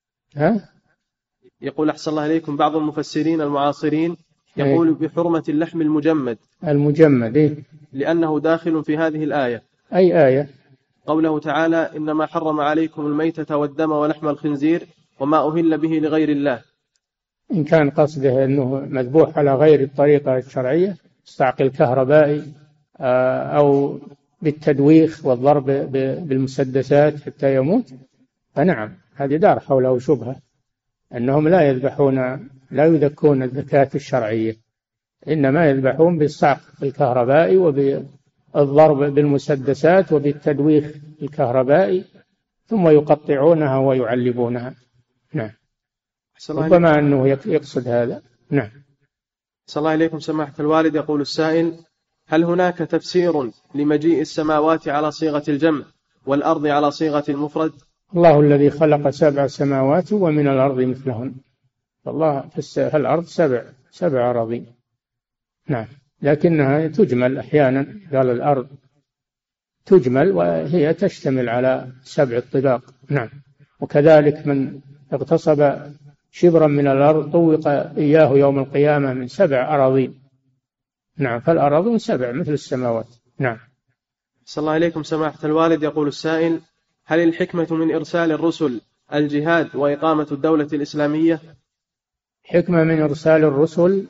يقول أحسن الله إليكم بعض المفسرين المعاصرين يقول بحرمة اللحم المجمد لأنه داخل في هذه الآية. أي آية؟ قوله تعالى: إنما حرم عليكم الميتة والدم ولحم الخنزير وما أهل به لغير الله. إن كان قصده أنه مذبوح على غير الطريقة الشرعية، استعقل كهربائي أو بالتدويخ والضرب بالمسدسات حتى يموت، فنعم، هذه دار حوله شبهة، أنهم لا يذكون الذكاة الشرعية، إنما يذبحون بالصعق الكهربائي وبالضرب بالمسدسات وبالتدويخ الكهربائي، ثم يقطعونها ويعلبونها. نعم. ربما أنه يقصد هذا. نعم. صلى الله عليكم سماحة الوالد. يقول السائل: هل هناك تفسير لمجيء السماوات على صيغة الجمع والأرض على صيغة المفرد؟ الله الذي خلق 7 سماوات ومن الأرض مثلهن. الله في الأرض 7 أراضين. نعم. لكنها تجمل أحيانا، قال الأرض تجمل وهي تشتمل على 7 طباق. نعم. وكذلك من اغتصب شبرا من الأرض طوق إياه يوم القيامة من 7 أراضين. نعم. فالأراضين 7 مثل السماوات. نعم. صلى الله عليكم سماحة الوالد. يقول السائل: هل الحكمة من إرسال الرسل الجهاد وإقامة الدولة الإسلامية؟ حكمة من إرسال الرسل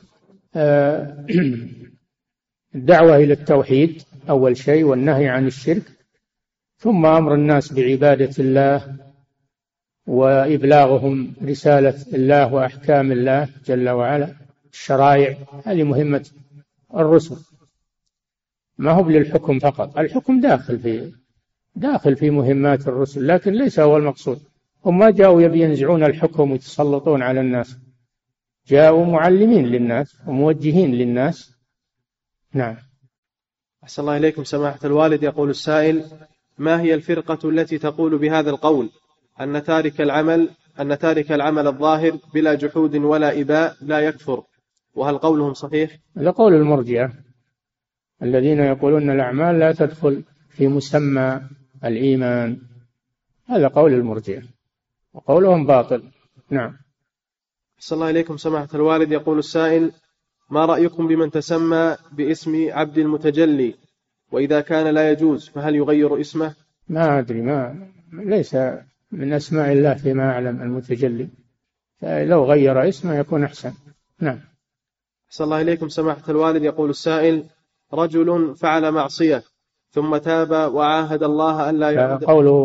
الدعوة إلى التوحيد أول شيء، والنهي عن الشرك، ثم أمر الناس بعبادة الله وإبلاغهم رسالة الله وأحكام الله جل وعلا، الشرائع. هذه مهمة الرسل، ما هو للحكم فقط. الحكم داخل في مهمات الرسل، لكن ليس هو المقصود. هم ما جاءوا يبي ينزعون الحكم ويتسلطون على الناس، جاءوا معلمين للناس وموجهين للناس. نعم. أحسن الله إليكم سماحة الوالد. يقول السائل: ما هي الفرقة التي تقول بهذا القول أن تارك العمل الظاهر بلا جحود ولا إباء لا يكفر، وهل قولهم صحيح؟ هذا قول المرجئة الذين يقولون الأعمال لا تدخل في مسمى الإيمان. هذا قول المرجئة وقولهم باطل. نعم. أحسن الله إليكم سماحة الوالد. يقول السائل: ما رأيكم بمن تسمى باسم عبد المتجلي، وإذا كان لا يجوز فهل يغير اسمه؟ ما أدري، ليس من أسماء الله فيما أعلم المتجلي، فلو غير اسمه يكون أحسن. نعم. أحسن الله إليكم سماحة الوالد. يقول السائل: رجل فعل معصية ثم تاب وعاهد الله ألا يعود. قوله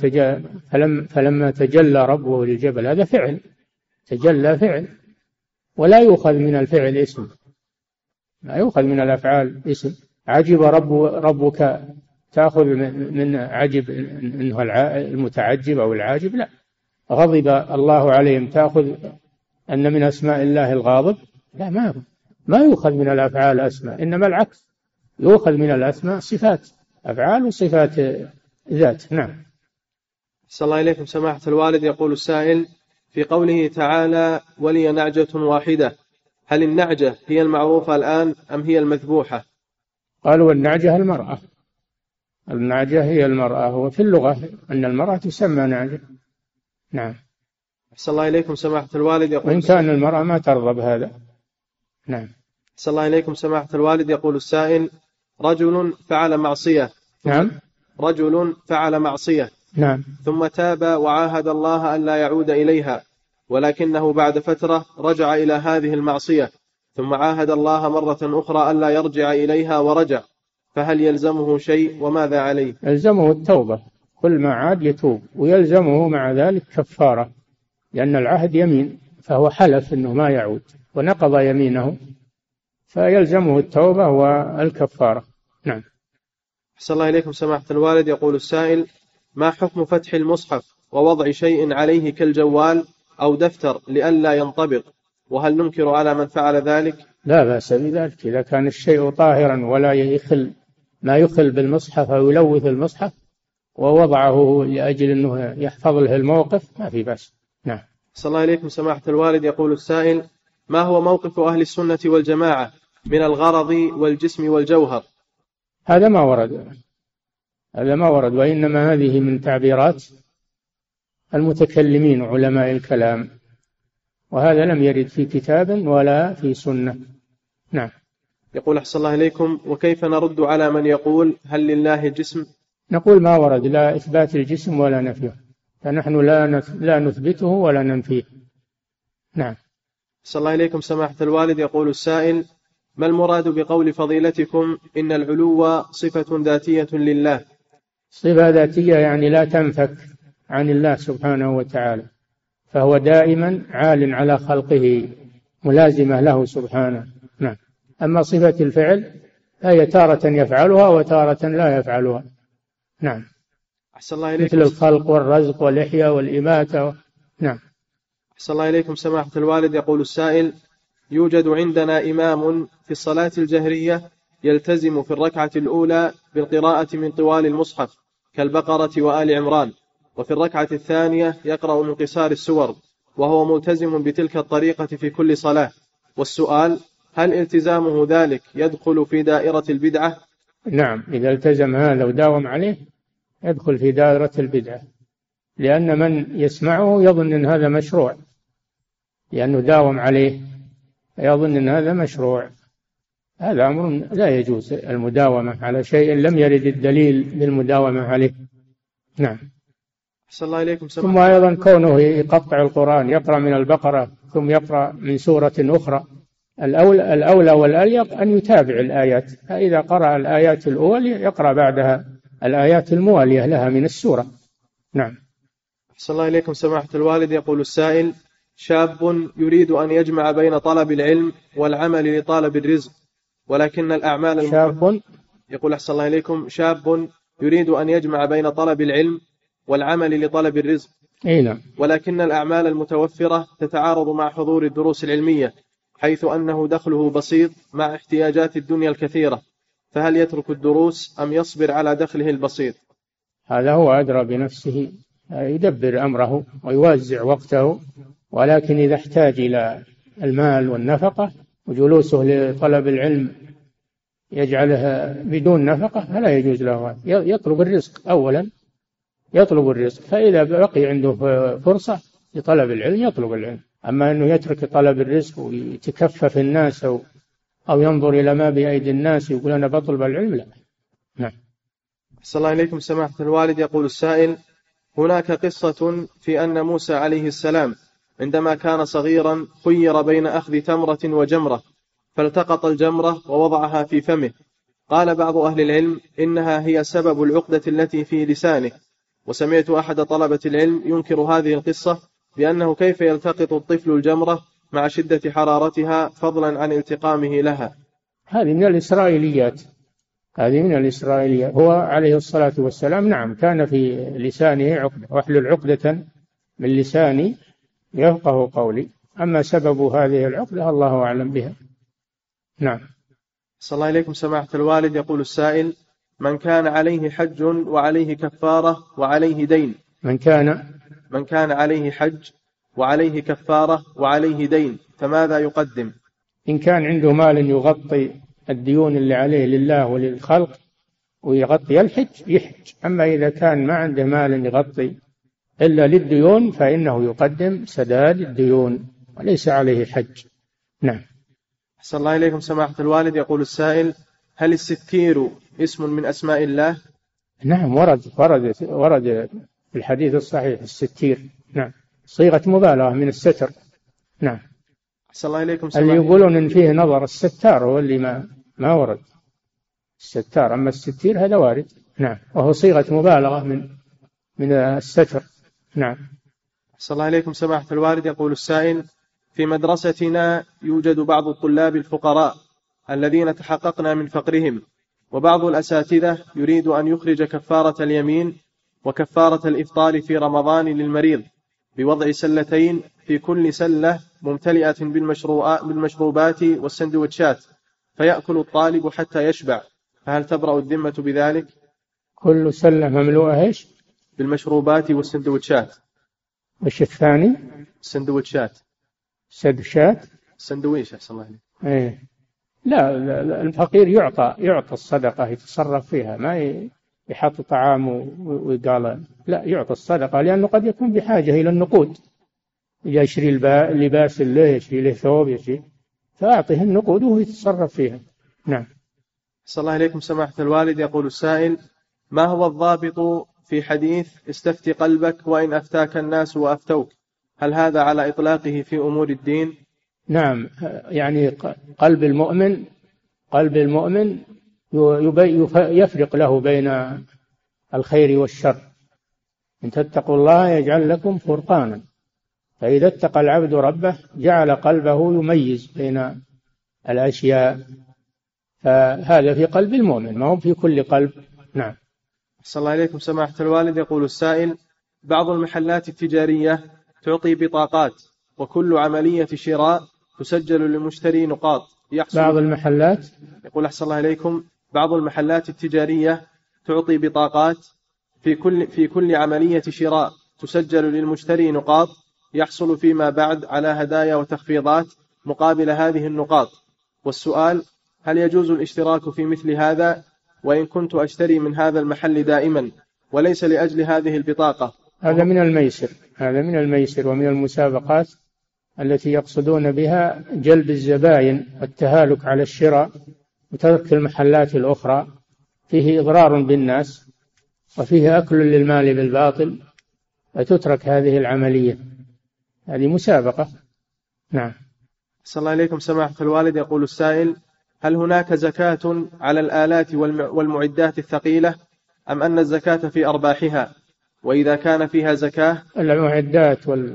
فلما تجلى ربه للجبل، هذا فعل، تجلى فعل، ولا يؤخذ من الفعل اسم، لا يؤخذ من الأفعال اسم. عجب ربك، تأخذ من عجب إنه المتعجب أو العاجب؟ لا. غضب الله عليهم، تأخذ أن من أسماء الله الغاضب؟ لا، ما يؤخذ من الأفعال أسماء، إنما العكس، يؤخذ من الأسماء صفات أفعال وصفات ذات. نعم. صلى الله عليكم سماحة الوالد. يقول السائل: في قوله تعالى: ولي نعجة واحدة، هل النعجة هي المعروفة الآن أم هي المذبوحة؟ قالوا النعجة المرأة، النعجة هي المرأة، وفي اللغة أن المرأة تسمى نعجة. نعم. أحسن الله إليكم سماحة الوالد. يقول وإن كان المرأة ما ترضى بهذا. نعم. أحسن الله إليكم سماحة الوالد. يقول السائل: رجل فعل معصية. نعم. رجل فعل معصية. نعم. ثم تاب وعاهد الله ألا يعود إليها، ولكنه بعد فترة رجع إلى هذه المعصية، ثم عاهد الله مرة أخرى ألا يرجع إليها ورجع، فهل يلزمه شيء وماذا عليه؟ يلزمه التوبة، كل ما عاد يتوب، ويلزمه مع ذلك كفارة، لأن العهد يمين، فهو حلف أنه ما يعود ونقض يمينه، فيلزمه التوبة والكفارة. نعم. أحسن الله إليكم سماحة الوالد. يقول السائل: ما حكم فتح المصحف ووضع شيء عليه كالجوال أو دفتر لئلا ينطبق، وهل ننكر على من فعل ذلك؟ لا بأس بذلك، إذا كان الشيء طاهرا ولا ما يخل بالمصحف أو يلوث المصحف ووضعه لأجل أنه يحفظ له الموقف، ما في بأس. نعم. أحسن الله إليكم سماحة الوالد. يقول السائل: ما هو موقف أهل السنة والجماعة من الغرض والجسم والجوهر؟ هذا ما ورد، وإنما هذه من تعبيرات المتكلمين علماء الكلام، وهذا لم يرد في كتاب ولا في سنة. نعم. يقول: أحسن الله إليكم: وكيف نرد على من يقول هل لله جسم؟ نقول ما ورد، لا إثبات الجسم ولا نفيه، فنحن لا نثبته ولا ننفيه. نعم. أحسن الله إليكم سماحة الوالد. يقول السائل: ما المراد بقول فضيلتكم إن العلو صفة ذاتية لله؟ صفة ذاتية يعني لا تنفك عن الله سبحانه وتعالى، فهو دائما عال على خلقه، ملازمة له سبحانه. نعم. أما صفة الفعل فهي تارة يفعلها وتارة لا يفعلها. نعم. أحسن الله إليكم. مثل الخلق والرزق والإحياء والإماتة. نعم. أحسن الله إليكم سماحة الوالد. يقول السائل: يوجد عندنا إمام في الصلاة الجهرية يلتزم في الركعة الأولى بالقراءة من طوال المصحف كالبقرة وآل عمران، وفي الركعة الثانية يقرأ من قصار السور، وهو ملتزم بتلك الطريقة في كل صلاة. والسؤال: هل التزامه ذلك يدخل في دائرة البدعة؟ نعم، إذا التزم هذا وداوم عليه يدخل في دائرة البدعة، لأن من يسمعه يظن أن هذا مشروع، لأنه داوم عليه يظن أن هذا مشروع. هذا أمر لا يجوز المداومة على شيء لم يرد الدليل بالمداومة عليه. نعم. أحسن الله إليكم. ثم أيضا كونه يقطع القرآن، يقرأ من البقرة ثم يقرأ من سورة أخرى، الأولى والأليق أن يتابع الآيات، فإذا قرأ الآيات الأولى يقرأ بعدها الآيات الموالية لها من السورة. نعم. أحسن الله إليكم سماحة الوالد. يقول السائل: شاب يريد أن يجمع بين طلب العلم والعمل لطالب الرزق، ولكن الأعمال يقول أحسن الله إليكم: شاب يريد أن يجمع بين طلب العلم والعمل لطلب الرزق، ولكن الأعمال المتوفرة تتعارض مع حضور الدروس العلمية، حيث أنه دخله بسيط مع احتياجات الدنيا الكثيرة، فهل يترك الدروس أم يصبر على دخله البسيط؟ هذا هو أدرى بنفسه، يدبر أمره ويوزع وقته، ولكن إذا احتاج إلى المال والنفقة وجلوسه لطلب العلم يجعلها بدون نفقة فلا يجوز له. يطلب الرزق أولا، يطلب الرزق، فإذا بقي عنده فرصة لطلب العلم يطلب العلم. أما أنه يترك طلب الرزق ويتكفف الناس أو ينظر إلى ما بأيدي الناس يقول أنا بطلب العلم، لا. نعم. أحسن الله إليكم سماحة الوالد. يقول السائل: هناك قصة في أن موسى عليه السلام عندما كان صغيرا خير بين أخذ تمرة وجمرة، فالتقط الجمرة ووضعها في فمه. قال بعض أهل العلم إنها هي سبب العقدة التي في لسانه، وسمعت أحد طلبة العلم ينكر هذه القصة بأنه كيف يلتقط الطفل الجمرة مع شدة حرارتها فضلا عن التقامه لها. هذه من الإسرائيليات، هو عليه الصلاة والسلام نعم كان في لسانه عقدة، واحلل عقدة من لساني يفقه قولي. أما سبب هذه العقدة الله أعلم بها. نعم. صلى الله عليكم سماحة الوالد. يقول السائل: من كان عليه حج وعليه كفارة وعليه دين. من كان عليه حج وعليه كفارة وعليه دين، فماذا يقدم؟ إن كان عنده مال يغطي الديون اللي عليه لله وللخلق ويغطي الحج يحج. أما إذا كان ما عنده مال يغطي إلا للديون فإنه يقدم سداد الديون وليس عليه حج. نعم. أحسن الله إليكم سماحة الوالد. يقول السائل: هل الستير اسم من أسماء الله؟ نعم، ورد في الحديث الصحيح الستير، نعم، صيغة مبالغة من الستر. نعم. أحسن الله إليكم اللي يقولون إن فيه نظر الستار هو اللي ما ورد الستار، أما الستير هذا وارد. نعم، وهو صيغة مبالغة من الستر. نعم. أحسن الله إليكم سماحة الوالد. يقول السائل: في مدرستنا يوجد بعض الطلاب الفقراء الذين تحققنا من فقرهم، وبعض الأساتذة يريد أن يخرج كفارة اليمين وكفارة الإفطار في رمضان للمريض بوضع سلتين في كل سلة ممتلئة بالمشروبات والسندوتشات، فيأكل الطالب حتى يشبع، فهل تبرأ الذمة بذلك؟ كل سلة مملوءة إيش؟ بالمشروبات والسندوتشات. وش الثاني؟ السندوتشات. سندويش. أحسن الله عليك. إيه. لا الفقير يعطى الصدقة يتصرف فيها، ما يحط طعام وقال لا، يعطى الصدقة لأنه قد يكون بحاجة إلى النقود، يشري لباس له، يشري له ثوب، يشري، فأعطيه النقود وهو يتصرف فيها. نعم. صلى الله عليكم سماحة الوالد. يقول السائل: ما هو الضابط في حديث استفت قلبك وإن أفتاك الناس وأفتوك؟ هل هذا على إطلاقه في أمور الدين؟ نعم، يعني قلب المؤمن يفرق له بين الخير والشر. إن تتقوا الله يجعل لكم فرقانا، فإذا اتقى العبد ربه جعل قلبه يميز بين الأشياء، فهذا في قلب المؤمن ما هو في كل قلب. نعم. أحسن الله إليكم سماحة الوالد. يقول السائل: بعض المحلات التجارية تعطي بطاقات، وكل عملية شراء تسجل للمشتري نقاط يحصل. بعض المحلات، يقول أحسن الله إليكم، بعض المحلات التجارية تعطي بطاقات في كل عملية شراء تسجل للمشتري نقاط يحصل فيما بعد على هدايا وتخفيضات مقابل هذه النقاط. والسؤال: هل يجوز الاشتراك في مثل هذا؟ وإن كنت أشتري من هذا المحل دائما وليس لأجل هذه البطاقة. هذا من الميسر، هذا من الميسر ومن المسابقات التي يقصدون بها جلب الزبائن والتهالك على الشراء وترك المحلات الأخرى، فيه إضرار بالناس وفيه أكل للمال بالباطل، فتترك هذه العملية، هذه مسابقة. نعم. أحسن الله إليكم سماحة الوالد. يقول السائل: هل هناك زكاة على الآلات والمعدات الثقيلة، أم أن الزكاة في أرباحها؟ وإذا كان فيها زكاة. المعدات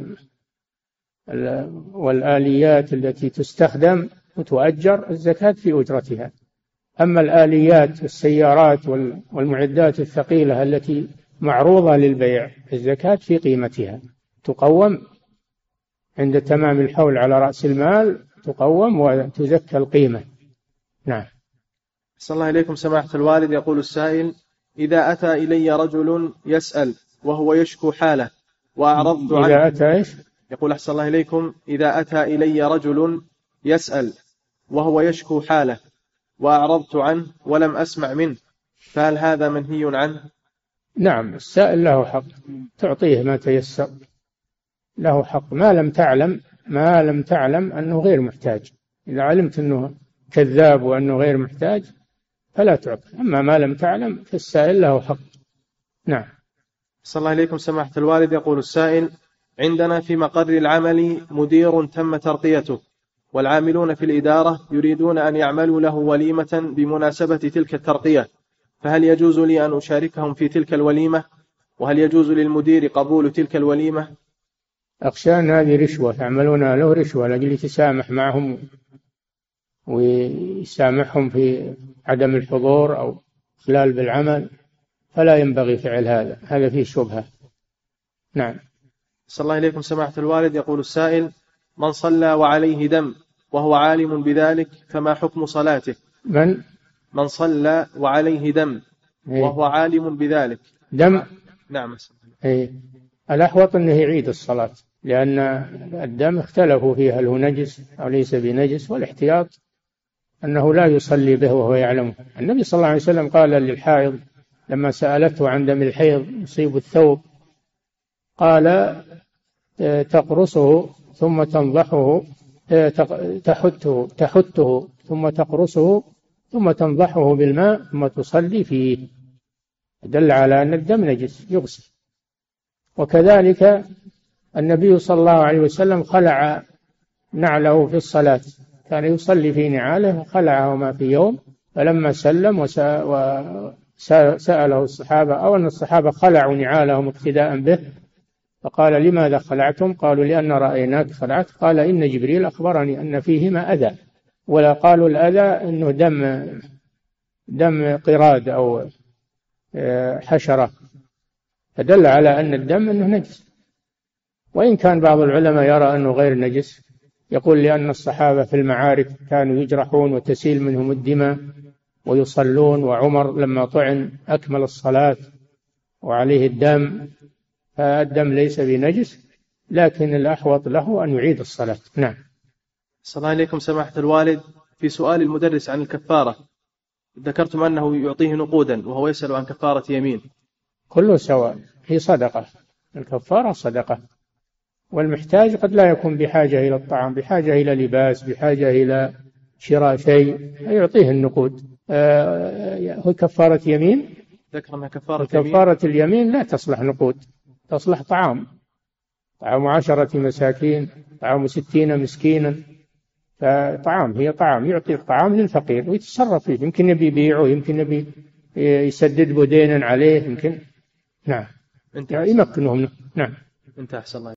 والآليات التي تستخدم وتؤجر الزكاة في أجرتها. أما الآليات والسيارات والمعدات الثقيلة التي معروضة للبيع الزكاة في قيمتها، تقوم عند تمام الحول على رأس المال، تقوم وتزكى القيمة. نعم. أحسن الله إليكم سماحة الوالد. يقول السائل: إذا أتى إلي رجل يسأل وهو يشكو حاله وأعرضت عنه. إذا أتى إيش؟ يقول أحسن الله إليكم: إذا أتى إلي رجل يسأل وهو يشكو حاله وأعرضت عنه ولم أسمع منه، فهل هذا منهي عنه؟ نعم، السائل له حق، تعطيه ما تيسر، له حق ما لم تعلم أنه غير محتاج. إذا علمت أنه كذاب وأنه غير محتاج فلا تعطي، أما ما لم تعلم فالسائل له حق. نعم. صلى الله عليكم سماحة الوالد. يقول السائل: عندنا في مقر العمل مدير تم ترقيته، والعاملون في الإدارة يريدون أن يعملوا له وليمة بمناسبة تلك الترقية، فهل يجوز لي أن أشاركهم في تلك الوليمة؟ وهل يجوز للمدير قبول تلك الوليمة؟ أخشى أن هذه رشوة، يعملون له رشوة لأجل يتسامح معهم ويسامحهم في عدم الحضور أو إخلال بالعمل، فلا ينبغي فعل هذا، هذا فيه شبهة. نعم. صلى الله عليكم سماحة الوالد. يقول السائل: من صلى وعليه دم وهو عالم بذلك فما حكم صلاته؟ من صلى وعليه دم وهو عالم بذلك. دم؟ نعم. الأحوط أنه يعيد الصلاة، لأن الدم اختلفوا فيه هل هو نجس أو ليس بنجس، والاحتياط أنه لا يصلي به وهو يعلمه. النبي صلى الله عليه وسلم قال للحائض لما سألته عن دم الحيض يصيب الثوب، قال: تقرصه ثم تنضحه، تحته ثم تقرصه ثم تنضحه بالماء ثم تصلي فيه، دل على أن الدم نجس يغسل. وكذلك النبي صلى الله عليه وسلم خلع نعله في الصلاة، كان يصلي في نعاله خلعهما في يوم، فلما سلم وسأله الصحابة أو أن الصحابة خلعوا نعالهم اقتداء به، فقال: لماذا خلعتم؟ قالوا: لأن رأيناك خلعت. قال: إن جبريل أخبرني أن فيهما أذى. ولا قالوا الأذى أنه دم قراد أو حشرة، فدل على أن الدم أنه نجس. وإن كان بعض العلماء يرى أنه غير نجس، يقول لأن الصحابة في المعارك كانوا يجرحون وتسيل منهم الدماء ويصلون، وعمر لما طعن أكمل الصلاة وعليه الدم، فالدم ليس بنجس، لكن الأحوط له أن يعيد الصلاة. نعم. صلى الله عليكم سماحة الوالد. في سؤال المدرس عن الكفارة ذكرتم أنه يعطيه نقودا وهو يسأل عن كفارة يمين. كله سواء، هي صدقة، الكفارة صدقة، والمحتاج قد لا يكون بحاجة إلى الطعام، بحاجة إلى لباس، بحاجة إلى شراء شيء، يعطيه النقود. هو كفارة يمين، ذكرنا كفارة اليمين لا تصلح نقود، تصلح طعام 10 مساكين، طعام 60 مسكينا، فطعام، هي طعام، يعطي الطعام للفقير ويتصرف فيه، يمكن يبي يبيعه، يمكن يبي يسدد بدينا عليه، يمكن. نعم. يمكنهم. نعم. انت أحسن الله.